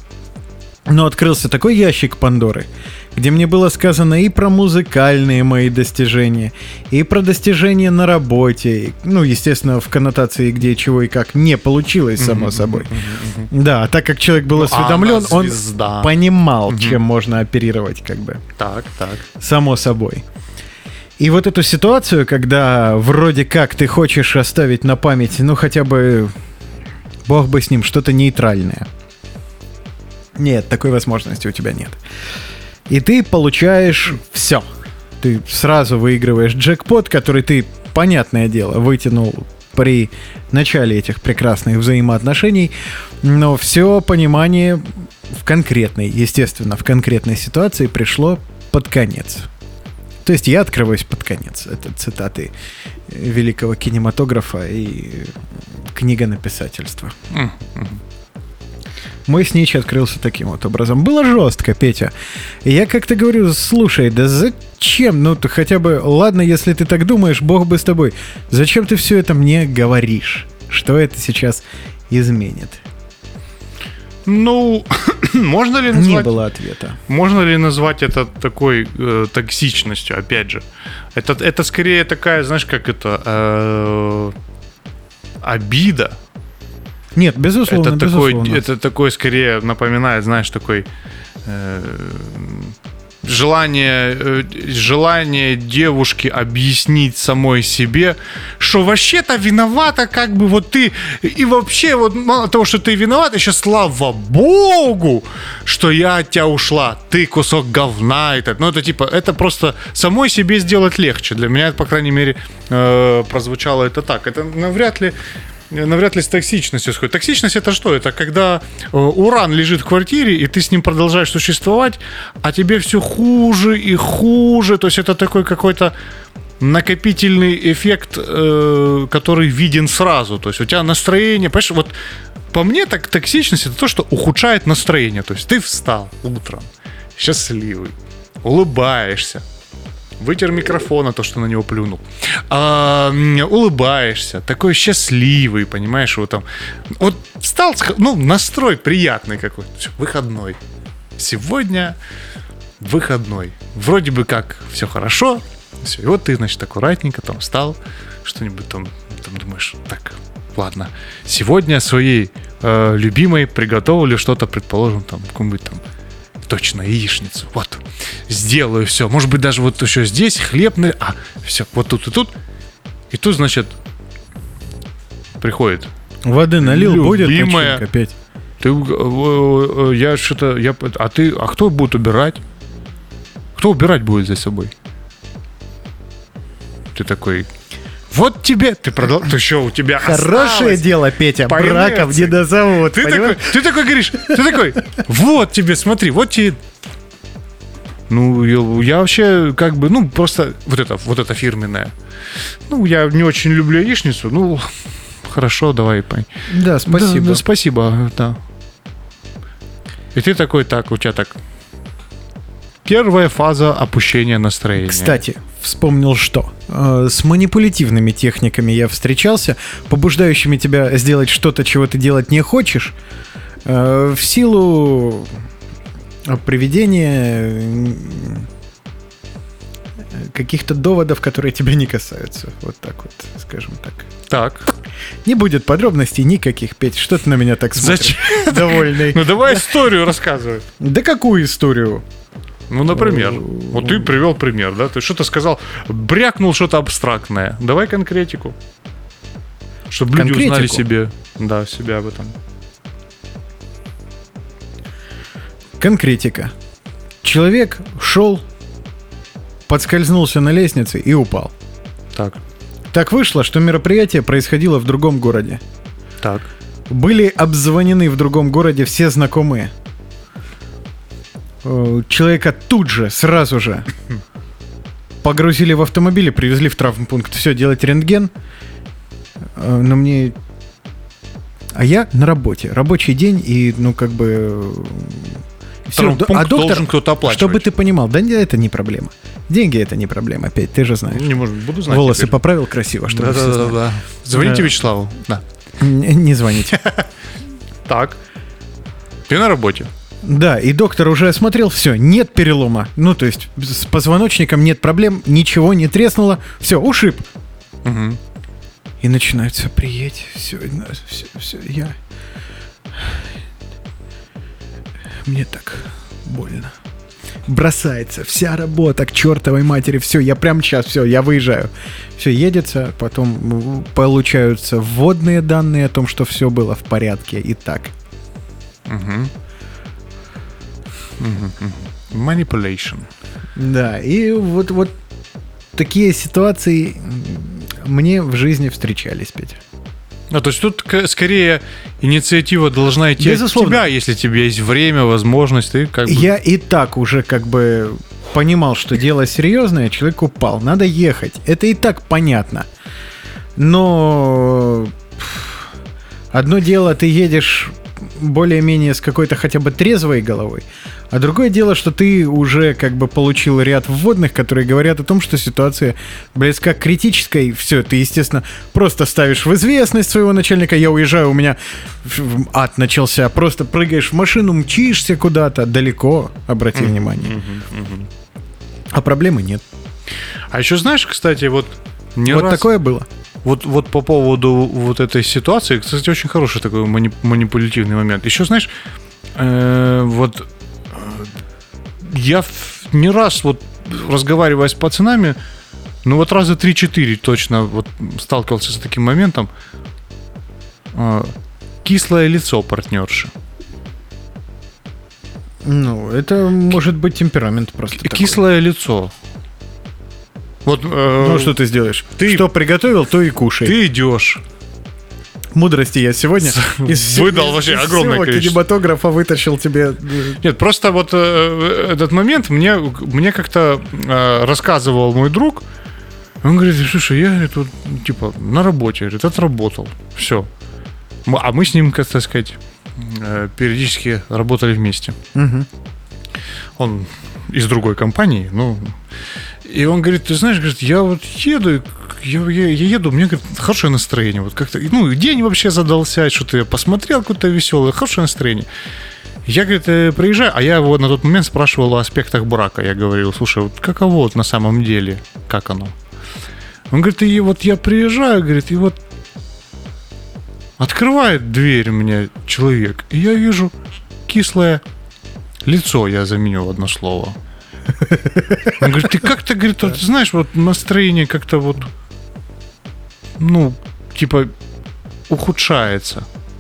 Но открылся такой ящик Пандоры, где мне было сказано и про музыкальные мои достижения, и про достижения на работе. И, ну, естественно, в коннотации, где чего и как не получилось, само собой. Да, а так как человек был Ну, осведомлен, она он звезда. понимал, чем можно оперировать, как бы. Так, так. Само собой. И вот эту ситуацию, когда вроде как ты хочешь оставить на память, ну, хотя бы, бог бы с ним, что-то нейтральное. Нет, такой возможности у тебя нет. И ты получаешь все. Ты сразу выигрываешь джекпот, который ты, понятное дело, вытянул при начале этих прекрасных взаимоотношений, но все понимание в конкретной, естественно, в конкретной ситуации пришло под конец. То есть я открываюсь под конец. Это цитаты великого кинематографа и книгонаписательства. М, м. Мой снич открылся таким вот образом. Было жестко, Петя. И я как-то говорю, слушай, да зачем? Ну, ты хотя бы, ладно, если ты так думаешь, бог бы с тобой. Зачем ты все это мне говоришь? Что это сейчас изменит? Ну, можно ли Не назвать... было ответа. Можно ли назвать это такой э, токсичностью, опять же? Это, это скорее такая, знаешь, как это... э, обида. Нет, безусловно, это, такой, безусловно. это такой, скорее, напоминает, знаешь, такой... э, желание, э, желание девушки объяснить самой себе, что вообще-то виновата, как бы вот ты, и вообще вот мало того, что ты виноват, еще слава богу, что я от тебя ушла, ты кусок говна, это, ну это типа, это просто самой себе сделать легче. Для меня, по крайней мере, э, прозвучало это так. Это навряд ли навряд ли с токсичностью сходит. Токсичность — это что? Это когда э, уран лежит в квартире, и ты с ним продолжаешь существовать, а тебе все хуже и хуже. То есть это такой какой-то накопительный эффект, э, который виден сразу. То есть у тебя настроение... Понимаешь, вот по мне так токсичность — это то, что ухудшает настроение. То есть ты встал утром, счастливый, улыбаешься, вытер микрофон, а то, что на него плюнул. А, улыбаешься, такой счастливый, понимаешь, вот там. Вот встал, ну, настрой приятный какой-то. Всё, выходной. Сегодня выходной. Вроде бы как все хорошо. Все, и вот ты, значит, аккуратненько там встал, что-нибудь там, там думаешь, так, ладно. Сегодня своей э, любимой приготовлю что-то, предположим, там, какую-нибудь там точно, яичницу. Вот. Сделаю все. Может быть, даже вот еще здесь хлеб. На... А, все. Вот тут и тут. И тут, значит, приходит. Воды налил, будет Любимая. начинка, Петь. Ты, э, э, я что-то... Я, а ты... А кто будет убирать? Кто убирать будет за собой? Ты такой... Вот тебе... Ты продал... Ты что, у тебя Хорошее осталось? дело, Петя. По Браков инерции. не назовут. Ты такой, понимаешь? ты такой говоришь, ты такой, вот тебе, смотри, вот тебе Ну, я, я вообще как бы, ну, просто вот это, вот это фирменное. Ну, я не очень люблю яичницу, ну, хорошо, давай, пань. Да, спасибо. Да, да, спасибо, да. И ты такой, так, у тебя так... Первая фаза опущения настроения. Кстати, вспомнил что. Э, С манипулятивными техниками я встречался, побуждающими тебя сделать что-то, чего ты делать не хочешь, э, в силу приведения каких-то доводов, которые тебя не касаются. Вот так вот, скажем так. Так. Не будет подробностей никаких, Петь. Что ты на меня так смотришь? Зачем? Довольный. Ну, давай историю рассказывай. Да какую историю? Ну, например, вот ты привел пример, да? Ты что-то сказал, брякнул что-то абстрактное. Давай конкретику. Чтобы люди Конкретику? узнали себе, да, себя об этом. Конкретика. Человек шел, подскользнулся на лестнице и упал. Так, Так вышло, что мероприятие происходило в другом городе. так. Были обзвонены в другом городе все знакомые. Э, Человека тут же, сразу же погрузили в автомобиль и привезли в травмпункт. Все, делать рентген. Э, Но мне... А я на работе. Рабочий день и, ну, как бы... Всё, Травмпункт а доктор, должен кто-то оплачивать. чтобы ты понимал, да это не проблема. Деньги это не проблема, опять, ты же знаешь. Не может, буду знать. Волосы теперь. поправил красиво, чтобы все знали. Да-да-да. Звоните Да. Вячеславу. Да. Не, не звоните. Так. Ты на работе. Да, и доктор уже осмотрел, все, нет перелома. Ну, то есть с позвоночником нет проблем, ничего не треснуло, все, ушиб. Угу. И начинается приедь, все, все, все, я... Мне так больно. Бросается вся работа к чертовой матери, все, я прям сейчас, все, я выезжаю. Все, едется, потом получаются вводные данные о том, что все было в порядке и так. Угу. Manipulation. Да, и вот, вот такие ситуации мне в жизни встречались, Петя. А, то есть тут к- скорее инициатива должна идти Безусловно. от тебя, если тебе есть время, возможность, ты как бы... Я и так уже как бы понимал, что дело серьезное, человек упал, надо ехать. Это и так понятно. Но одно дело, ты едешь более-менее с какой-то хотя бы трезвой головой, а другое дело, что ты уже как бы получил ряд вводных, которые говорят о том, что ситуация близка к критической. Все, ты, естественно, просто ставишь в известность своего начальника. Я уезжаю, у меня ад начался. Просто прыгаешь в машину, мчишься куда-то далеко, обрати mm-hmm. внимание. Mm-hmm. Mm-hmm. А проблемы нет. А еще знаешь, кстати, вот... Не вот раз... такое было. Вот, вот по поводу вот этой ситуации, кстати, очень хороший такой мани- манипулятивный момент. Еще, знаешь, э- вот э- я в- не раз вот разговаривая с пацанами, ну вот раза три-четыре точно вот сталкивался с таким моментом. Э- кислое лицо партнерши. Ну, это может быть темперамент просто такой. Кислое лицо. Вот, э- Ну, что ты сделаешь? Ты- Что приготовил, то и кушай. ты идешь. Мудрости я сегодня из Выдал из- вообще из огромное всего количество. кинематографа вытащил тебе. Нет, просто вот э, этот момент мне, мне как-то э, рассказывал мой друг. Он говорит, слушай, я говорит, вот, типа на работе, говорит, отработал. Все. А мы с ним, как так сказать, э, периодически работали вместе. Мгм. Он из другой компании, ну... И он говорит, ты знаешь, говорит, я вот еду, я, я, я еду, у меня, говорит, хорошее настроение. Вот как-то, ну, день вообще задался, что-то я посмотрел какое-то веселое, хорошее настроение. Я, говорит, э, приезжаю, а я его на тот момент спрашивал о аспектах брака. Я говорил, слушай, вот каково вот на самом деле, как оно? Он говорит, и вот я приезжаю, говорит, и вот открывает дверь мне человек, и я вижу кислое лицо, я заменил одно слово. Он говорит, ты как-то, говорит, вот, знаешь, вот настроение как-то вот, ну, типа, ухудшается.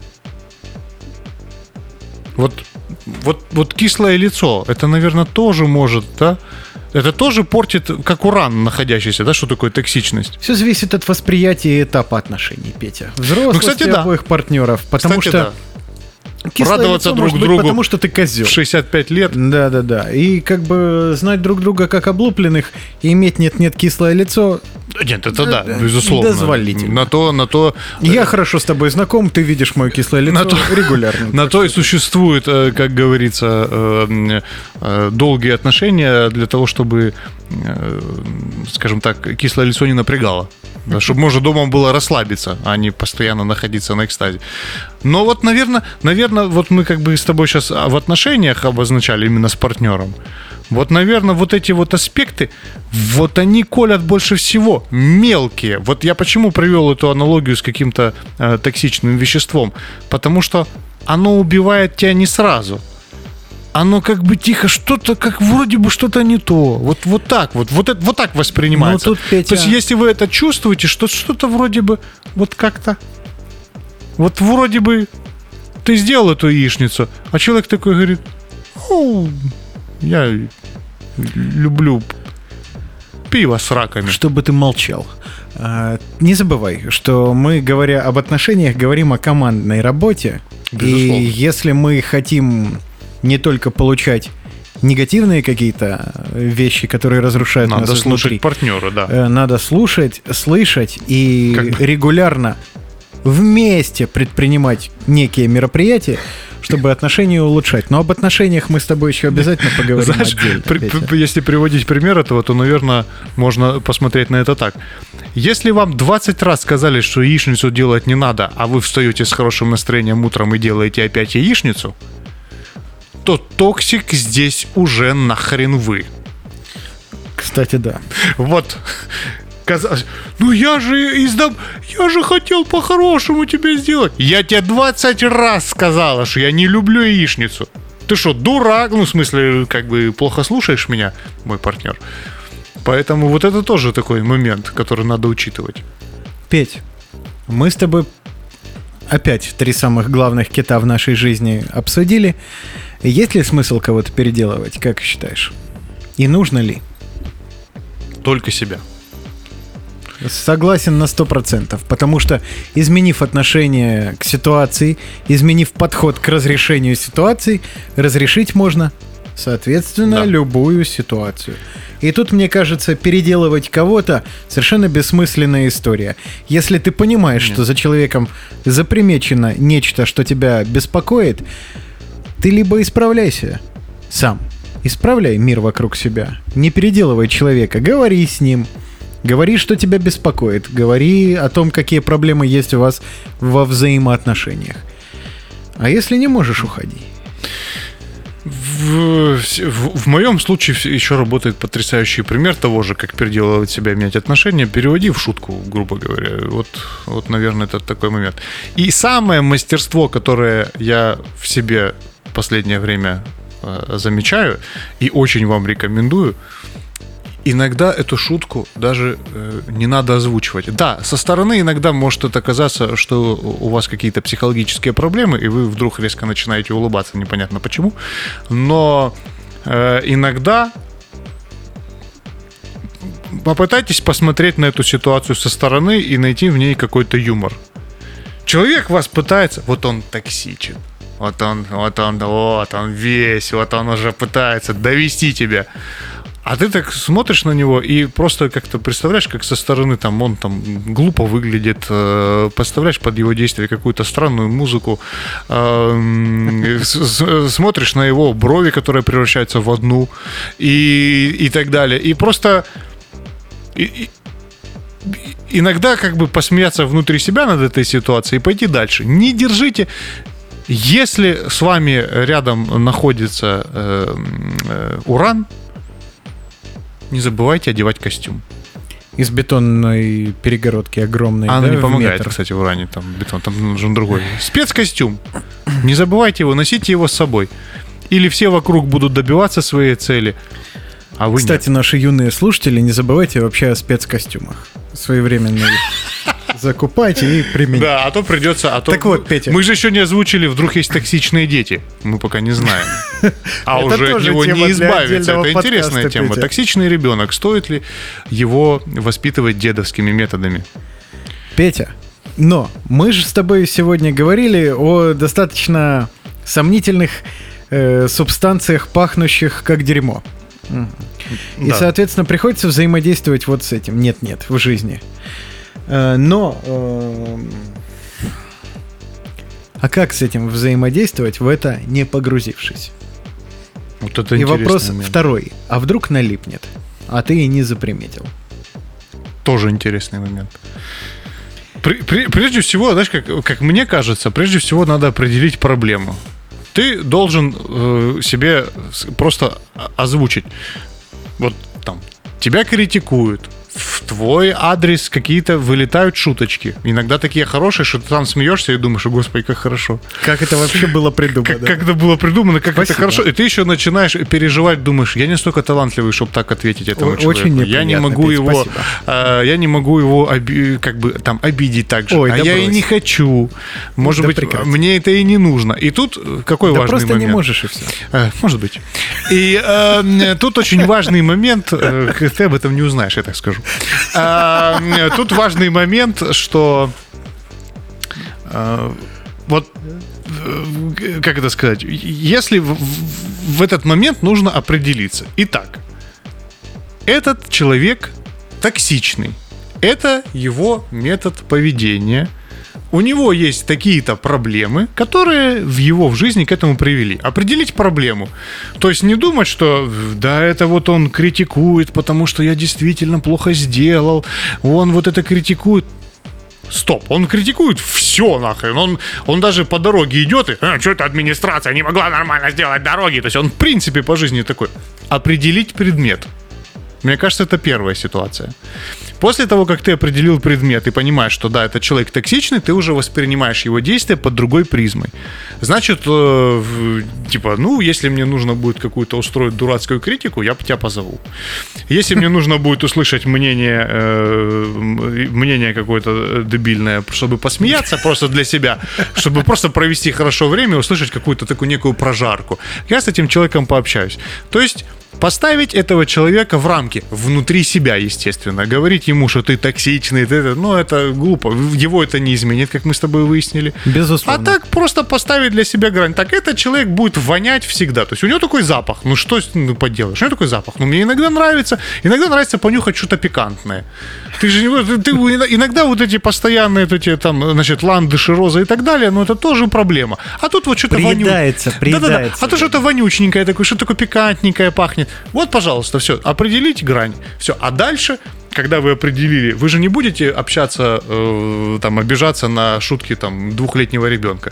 Вот, вот, вот кислое лицо, это, наверное, тоже может, да? Это тоже портит, как уран находящийся, да, что такое токсичность? Все зависит от восприятия и этапа отношений, Петя. Взрослости Ну, кстати, да. обоих партнеров. Потому Кстати, что Кислое радоваться лицо друг может быть, другу потому что ты козел. в шестьдесят пять лет. Да-да-да. И как бы знать друг друга как облупленных и иметь нет-нет кислое лицо... Нет, это да, безусловно. Дозволительно. На то, на то... Я хорошо с тобой знаком, ты видишь мое кислое лицо На то- регулярно. На то и существуют, э, как говорится, э, э, долгие отношения для того, чтобы, э, скажем так, кислое лицо не напрягало. Да, чтобы можно дома было расслабиться, а не постоянно находиться на экстазе. Но вот, наверное, наверное, вот мы как бы с тобой сейчас в отношениях обозначали именно с партнером. Вот, наверное, вот эти вот аспекты, вот они колят больше всего, мелкие. Вот я почему привел эту аналогию с каким-то э, токсичным веществом? Потому что оно убивает тебя не сразу. Оно как бы тихо, что-то, как вроде бы что-то не то. Вот, вот так вот, вот, это, вот так воспринимается. Ну, тут, Петя... То есть, если вы это чувствуете, что что-то вроде бы вот как-то... Вот вроде бы ты сделал эту яичницу, а человек такой говорит: «О, я люблю пиво с раками». Чтобы ты молчал. А, Не забывай, что мы, говоря об отношениях, говорим о командной работе. Безусловно. И если мы хотим не только получать негативные какие-то вещи, которые разрушают нас Надо слушать изнутри, партнера, да. э, надо слушать, слышать и Как бы- регулярно вместе предпринимать некие мероприятия, чтобы отношения улучшать. Но об отношениях мы с тобой еще обязательно поговорим Знаешь, отдельно. при- Петя. при- если приводить пример этого, то, наверное, можно посмотреть на это так. Если вам двадцать раз сказали, что яичницу делать не надо, а вы встаете с хорошим настроением утром и делаете опять яичницу, то токсик здесь уже нахрен вы. Кстати, да. Вот. Казалось, ну я же издам, я же хотел по-хорошему тебе сделать. Я тебе двадцать раз сказала, что я не люблю яичницу. Ты что, дурак? Ну, в смысле, как бы плохо слушаешь меня, мой партнер. Поэтому вот это тоже такой момент, который надо учитывать. Петь, мы с тобой опять три самых главных кита в нашей жизни обсудили. Есть ли смысл кого-то переделывать, как считаешь? И нужно ли? Только себя. Согласен на сто процентов, потому что, изменив отношение к ситуации, изменив подход к разрешению ситуации, разрешить можно, соответственно, Да. любую ситуацию. И тут, мне кажется, переделывать кого-то совершенно бессмысленная история. Если ты понимаешь, Нет. что за человеком запримечено нечто, что тебя беспокоит, ты либо исправляйся сам, исправляй мир вокруг себя, не переделывай человека, говори с ним, говори, что тебя беспокоит, говори о том, какие проблемы есть у вас во взаимоотношениях. А если не можешь, уходи. В, в, в моем случае еще работает потрясающий пример того же, как переделывать себя, менять отношения. Переводи в шутку, грубо говоря. Вот, вот, наверное, это такой момент. И самое мастерство, которое я в себе в последнее время э, замечаю и очень вам рекомендую, иногда эту шутку даже э, не надо озвучивать. Да, со стороны иногда может это казаться, что у вас какие-то психологические проблемы, и вы вдруг резко начинаете улыбаться, непонятно почему. Но э, иногда попытайтесь посмотреть на эту ситуацию со стороны и найти в ней какой-то юмор. Человек вас пытается, вот он токсичен, вот он, вот он, вот он весь, вот он уже пытается довести тебя. А ты так смотришь на него и просто как-то представляешь, как со стороны там он там глупо выглядит, э, подставляешь под его действие какую-то странную музыку, э, с- с- смотришь на его брови, которые превращаются в одну, и, и так далее. И просто и- и- иногда как бы посмеяться внутри себя над этой ситуацией и пойти дальше. Не держите. Если с вами рядом находится э, э, уран, не забывайте одевать костюм. Из бетонной перегородки огромной. А она да, не в помогает, метр. кстати, в уране, там бетон, там нужен другой. Спецкостюм. Не забывайте его, носите его с собой. Или все вокруг будут добиваться своей цели, а вы Кстати, наши юные слушатели, не забывайте вообще о спецкостюмах. Своевременно их закупать и применять. Да, а то придется... А то... Так вот, Петя. Мы же еще не озвучили, вдруг есть токсичные дети. Мы пока не знаем. А Это уже от тоже него тема не для избавиться. отдельного Это интересная подкаста, тема. Петя. Токсичный ребенок. Стоит ли его воспитывать дедовскими методами? Петя, но мы же с тобой сегодня говорили о достаточно сомнительных э, субстанциях, пахнущих как дерьмо. И, Да. соответственно, приходится взаимодействовать вот с этим. Нет-нет, в жизни. Э, но... э, а как с этим взаимодействовать, в это не погрузившись? Вот это И интересный вопрос момент. второй. А вдруг налипнет? А ты и не заприметил. Тоже интересный момент. При- при- прежде всего, знаешь, как, как мне кажется, прежде всего надо определить проблему. Ты должен э, себе с- просто о- озвучить. Вот там, тебя критикуют, в твой адрес какие-то вылетают шуточки. Иногда такие хорошие, что ты там смеешься и думаешь, о, господи, как хорошо. Как это вообще было придумано? Как, как это было придумано, как Спасибо. это хорошо. И ты еще начинаешь переживать, думаешь, я не столько талантливый, чтобы так ответить этому О- человеку. очень я не неприятно, могу Петь, его, спасибо. э, я не могу его оби- как бы там обидеть так же. Ой, а да я и брось. не хочу. Может Да быть, прекрати. мне это и не нужно. И тут э, какой Да важный просто момент? не можешь и все. Э, Может быть. И э, тут очень важный момент, э, ты об этом не узнаешь, я так скажу. Э, Тут важный момент, что э, вот э, как это сказать, если в, в- в этот момент нужно определиться. Итак, этот человек токсичный. Это его метод поведения. У него есть такие-то проблемы, которые в его в жизни к этому привели. Определить проблему. То есть не думать, что да, это вот он критикует, потому что я действительно плохо сделал. Он вот это критикует. Стоп, он критикует все нахрен. Он, он даже по дороге идет и а, что это администрация не могла нормально сделать дороги. То есть он в принципе по жизни такой. Определить предмет. Мне кажется, это первая ситуация. После того, как ты определил предмет и понимаешь, что да, этот человек токсичный, ты уже воспринимаешь его действия под другой призмой. Значит, э, в- типа, ну, если мне нужно будет какую-то устроить дурацкую критику, я тебя позову. Если мне нужно будет услышать мнение, э, м- мнение какое-то дебильное, чтобы посмеяться просто для себя, чтобы просто провести хорошо время, услышать какую-то такую некую прожарку, я с этим человеком пообщаюсь. То есть поставить этого человека в рамки, внутри себя, естественно. Говорить ему, что ты токсичный, ты, ну, это глупо. Его это не изменит, как мы с тобой выяснили. Безусловно. А так просто поставить для себя грань. Так этот человек будет вонять всегда. То есть у него такой запах. Ну, что с ним поделаешь? У него такой запах. Ну, мне иногда нравится. Иногда нравится понюхать что-то пикантное. Ты же не- ты, ты- иногда вот эти постоянные вот эти там, значит, ландыши, розы и так далее, ну, это тоже проблема. А тут вот что-то вонючее. Приедается, Да-да-да. приедается. А то что-то вонюченькое такое, что такое пикантненькое пахнет. Вот, пожалуйста, все. Определите грань. Все. А дальше, когда вы определили, вы же не будете общаться, э, там, обижаться на шутки там двухлетнего ребенка.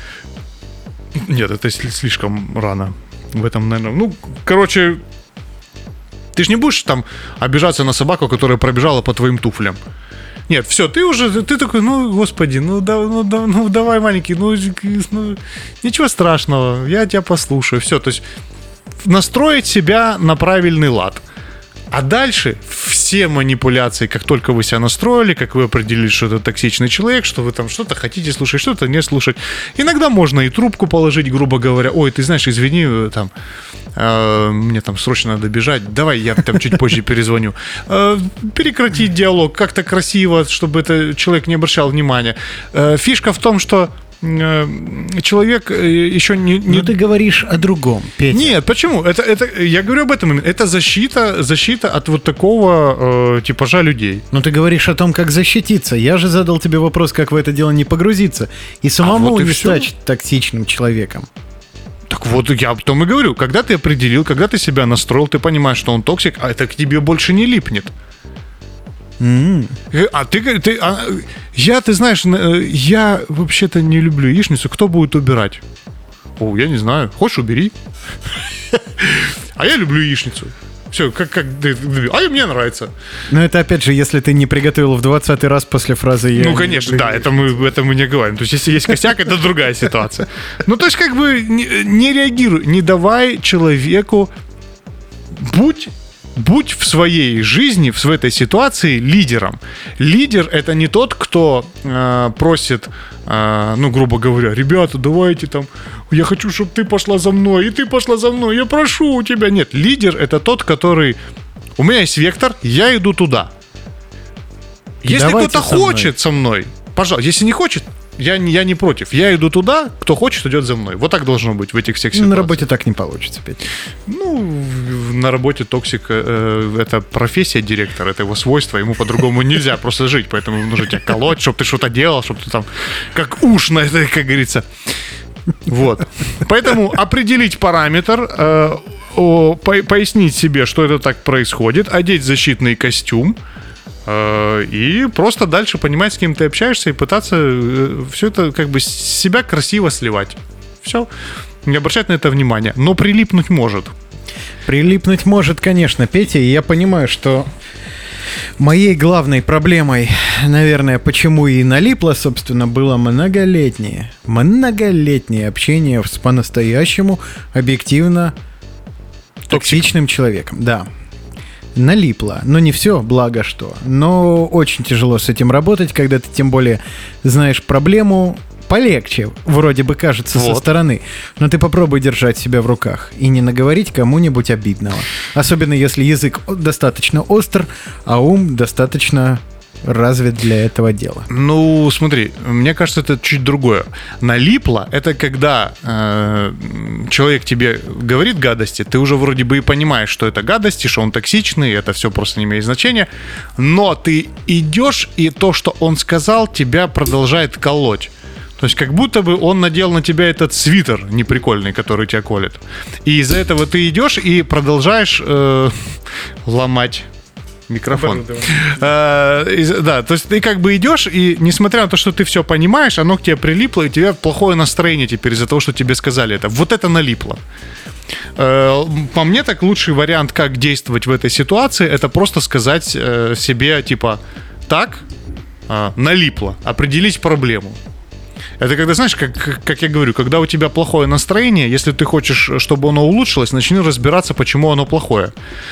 Нет, это сли- слишком рано. В этом, наверное. Ну, короче, ты же не будешь там обижаться на собаку, которая пробежала по твоим туфлям. Нет, все, ты уже, ты такой, ну, господи, ну, да, ну, да, ну давай, маленький, ну, ну, ничего страшного, я тебя послушаю, все, то есть настроить себя на правильный лад. А дальше все манипуляции, как только вы себя настроили, как вы определили, что это токсичный человек, что вы там что-то хотите слушать, что-то не слушать. Иногда можно и трубку положить, грубо говоря. Ой, ты знаешь, извини, там, э, мне там срочно надо бежать, давай я там чуть позже перезвоню. Э, прекратить диалог как-то красиво, чтобы это человек не обращал внимания. Э, фишка в том, что э, человек э, еще не... не... Но ты говоришь о другом, Петя. Нет, почему? Это, это, я говорю об этом. Это защита, защита от вот такого э, типажа людей. Но ты говоришь о том, как защититься. Я же задал тебе вопрос, как в это дело не погрузиться. И самому вот и не всё. стать токсичным человеком. Так вот, я об том и говорю. Когда ты определил, когда ты себя настроил, ты понимаешь, что он токсик, а это к тебе больше не липнет. М. Э, А ты, говоришь, ты а, я, ты знаешь, э, я вообще-то не люблю яичницу. Кто будет убирать? О, я не знаю. Хочешь, убери. А я люблю яичницу. Все, как, как ты, а мне нравится. Но это опять же, если ты не приготовил в двадцатый раз после фразы «я Ну, не конечно, люблю да, это мы, это мы не говорим. То есть, если есть косяк, это другая ситуация. Ну, то есть, как бы не, не реагируй, не давай человеку, будь, будь в своей жизни, в этой ситуации лидером. Лидер — это не тот, кто э, просит, э, ну, грубо говоря, ребята, давайте там, я хочу, чтобы ты пошла за мной, и ты пошла за мной, я прошу у тебя. Нет, лидер — это тот, который, у меня есть вектор, я иду туда. Если Давайте кто-то со мной. хочет со мной, пожалуйста, если не хочет, я, не- я не против. Я иду туда, кто хочет, идет за мной. Вот так должно быть в этих всех ситуациях. На работе так не получится, Петя. Ну, в- на работе токсик э, это профессия директора, это его свойство, ему по-другому нельзя просто жить, поэтому нужно тебя колоть, чтобы ты что-то делал, чтобы ты там как уж на это, как говорится. Вот. Поэтому определить параметр, э, о, по- пояснить себе, что это так происходит, одеть защитный костюм э, и просто дальше понимать, с кем ты общаешься, и пытаться э, все это как бы с себя красиво сливать. Все. Не обращать на это внимания. Но прилипнуть может. Прилипнуть может, конечно, Петя, и я понимаю, что моей главной проблемой, наверное, почему и налипло, собственно, было многолетнее, многолетнее общение с по-настоящему объективно токсичным человеком. Да. Налипло. Но не все, благо что. Но очень тяжело с этим работать, когда ты тем более знаешь проблему. Полегче, вроде бы кажется, Вот. со стороны. Но ты попробуй держать себя в руках и не наговорить кому-нибудь обидного. Особенно если язык достаточно остр, а ум достаточно развит для этого дела. Ну, смотри, мне кажется, это чуть другое. Налипло — это когда э, человек тебе говорит гадости, ты уже вроде бы и понимаешь, что это гадости, что он токсичный, это все просто не имеет значения, но ты идешь, и то, что он сказал, тебя продолжает колоть. То есть как будто бы он надел на тебя этот свитер неприкольный, который тебя колет. И из-за этого ты идешь и продолжаешь э, ломать микрофон. Э, из- да, то есть ты как бы идешь, и несмотря на то, что ты все понимаешь, оно к тебе прилипло, и у тебя плохое настроение теперь из-за того, что тебе сказали это. Вот это налипло. Э, По мне, так лучший вариант, как действовать в этой ситуации, это просто сказать э, себе, типа, так, э, налипло, определить проблему. Это когда, знаешь, как, как я говорю, когда у тебя плохое настроение, если ты хочешь, чтобы оно улучшилось, начни разбираться, почему оно плохое.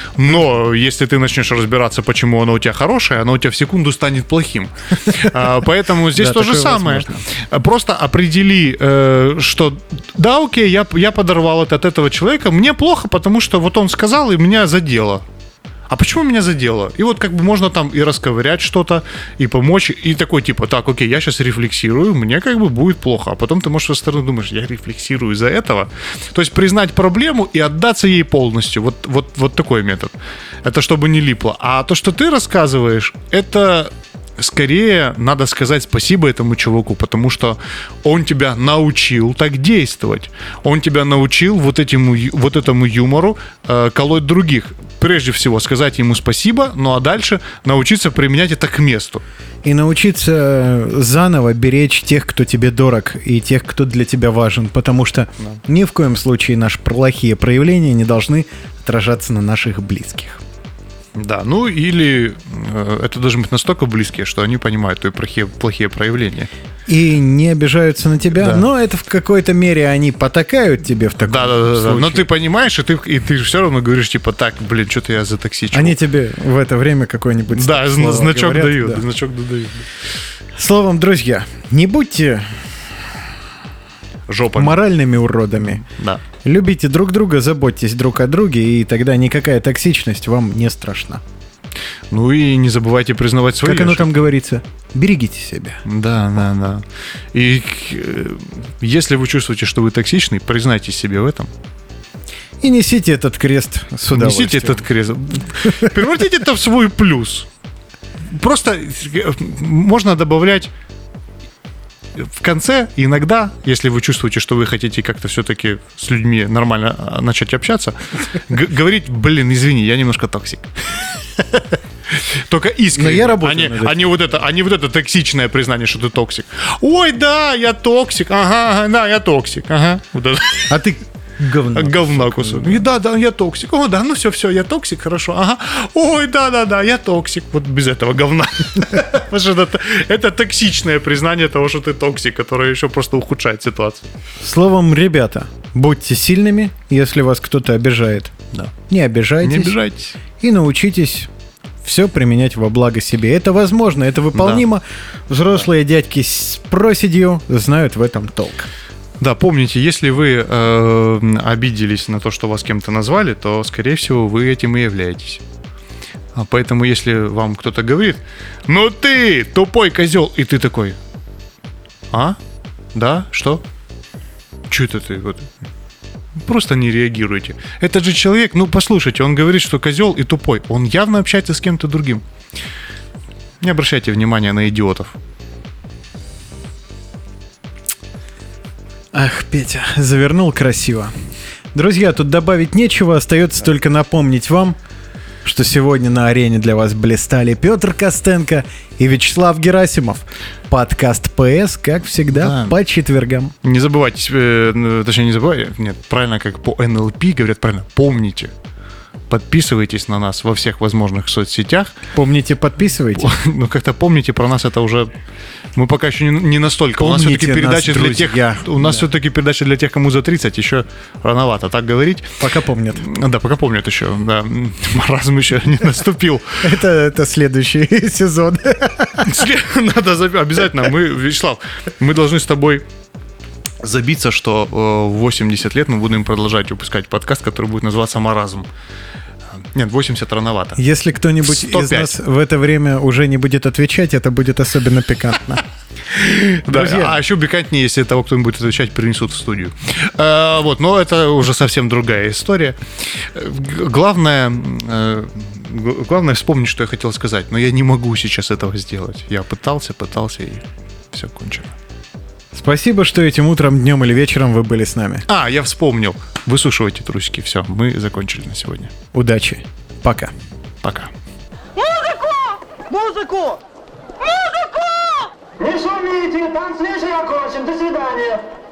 Но если ты начнешь разбираться, почему оно у тебя хорошее, оно у тебя в секунду станет плохим. А, Поэтому здесь Да, то же такое самое. возможно. Просто определи, э, что да, окей, я, я подорвал это от этого человека, мне плохо, потому что вот он сказал, и меня задело. А почему меня задело? И вот как бы можно там и расковырять что-то, и помочь, и такой типа, так, окей, я сейчас рефлексирую, мне как бы будет плохо. А потом ты, можешь, со стороны думаешь, я рефлексирую из-за этого. То есть признать проблему и отдаться ей полностью. Вот, вот, вот такой метод. Это чтобы не липло. А то, что ты рассказываешь, это... Скорее надо сказать спасибо этому чуваку, потому что он тебя научил так действовать. Он тебя научил вот, этому, вот этому юмору э, колоть других. Прежде всего сказать ему спасибо, ну а дальше научиться применять это к месту. И научиться заново беречь тех, кто тебе дорог, и тех, кто для тебя важен, потому что ни в коем случае наши плохие проявления не должны отражаться на наших близких. Да, ну или э, это должны быть настолько близкие, что они понимают твои плохие, плохие проявления. И не обижаются на тебя, Да. но это в какой-то мере они потакают тебе в таком Да, да, да, да. случае. Но ты понимаешь, и ты, и ты все равно говоришь, типа, так, блин, что-то я затоксичил. Они тебе в это время какой-нибудь Да, слово значок говорят, дают, да. значок дают. Словом, друзья, не будьте Жопа. моральными уродами. Да. Любите друг друга, заботьтесь друг о друге, и тогда никакая токсичность вам не страшна. Ну и не забывайте признавать свои Как оно ошибки. там говорится, берегите себя. Да, да, да. И э, если вы чувствуете, что вы токсичный, признайтесь себе в этом. И несите этот крест с удовольствием. Несите этот крест. Превратите это в свой плюс. Просто э, можно добавлять в конце, иногда, если вы чувствуете, что вы хотите как-то все-таки с людьми нормально а, начать общаться, г- говорить, блин, извини, я немножко токсик. Только искренне. Но я работаю а не, над этим. а не вот это, а не вот это токсичное признание, что ты токсик. Ой, да, я токсик, ага, ага, да, я токсик, ага. Вот это. А ты говно. Говна кусок. И да, да, я токсик. О, да, ну все, все, я токсик, хорошо. Ага. Ой, да, да, да, я токсик. Вот без этого говна. Потому что это, это токсичное признание того, что ты токсик, которое еще просто ухудшает ситуацию. Словом, ребята, будьте сильными, если вас кто-то обижает. Да. Не обижайтесь. Не обижайтесь. И научитесь все применять во благо себе. Это возможно, это выполнимо. Взрослые дядьки с проседью знают в этом толк. Да, помните, если вы э, обиделись на то, что вас кем-то назвали, то, скорее всего, вы этим и являетесь. А поэтому, если вам кто-то говорит, ну ты тупой козел, и ты такой, А? Да? Что? Чё это ты? Вот? Просто не реагируйте. Этот же человек, ну послушайте, он говорит, что козел и тупой. Он явно общается с кем-то другим. Не обращайте внимания на идиотов. Ах, Петя, завернул красиво. Друзья, тут добавить нечего, остается только напомнить вам, что сегодня на арене для вас блистали Петр Костенко и Вячеслав Герасимов. Подкаст ПС, как всегда, Да. по четвергам. Не забывайте, э, точнее не забывайте, нет, правильно, как по эн эл пи говорят, правильно, помните. Подписывайтесь на нас во всех возможных соцсетях. Помните, подписывайтесь. Ну, как-то помните про нас, это уже... Мы пока еще не, не настолько. У нас Помните все-таки передача нас, для тех... друзья. У нас Да. все-таки передача для тех, кому за тридцать, еще рановато так говорить. Пока помнят. Да, пока помнят еще, да. Маразм еще не наступил. Это, это следующий сезон. Надо забить. Обязательно. Мы, Вячеслав, мы должны с тобой забиться, что э, в восемьдесят лет мы будем продолжать выпускать подкаст, который будет называться «Маразм». Нет, восемьдесят рановато. Если кто-нибудь сто из пять. нас в это время уже не будет отвечать, это будет особенно пикантно. Да, Друзья. а еще пикантнее, если того, кто будет отвечать, принесут в студию. А, вот, но это уже совсем другая история. Г- Главное, э, г- главное вспомнить, что я хотел сказать, но я не могу сейчас этого сделать. Я пытался, пытался, и все кончено. Спасибо, что этим утром, днем или вечером вы были с нами. А, я вспомнил. Высушивайте трусики. Все, мы закончили на сегодня. Удачи. Пока. Пока. Музыку! Не шумите, танц вечер окончен. До свидания.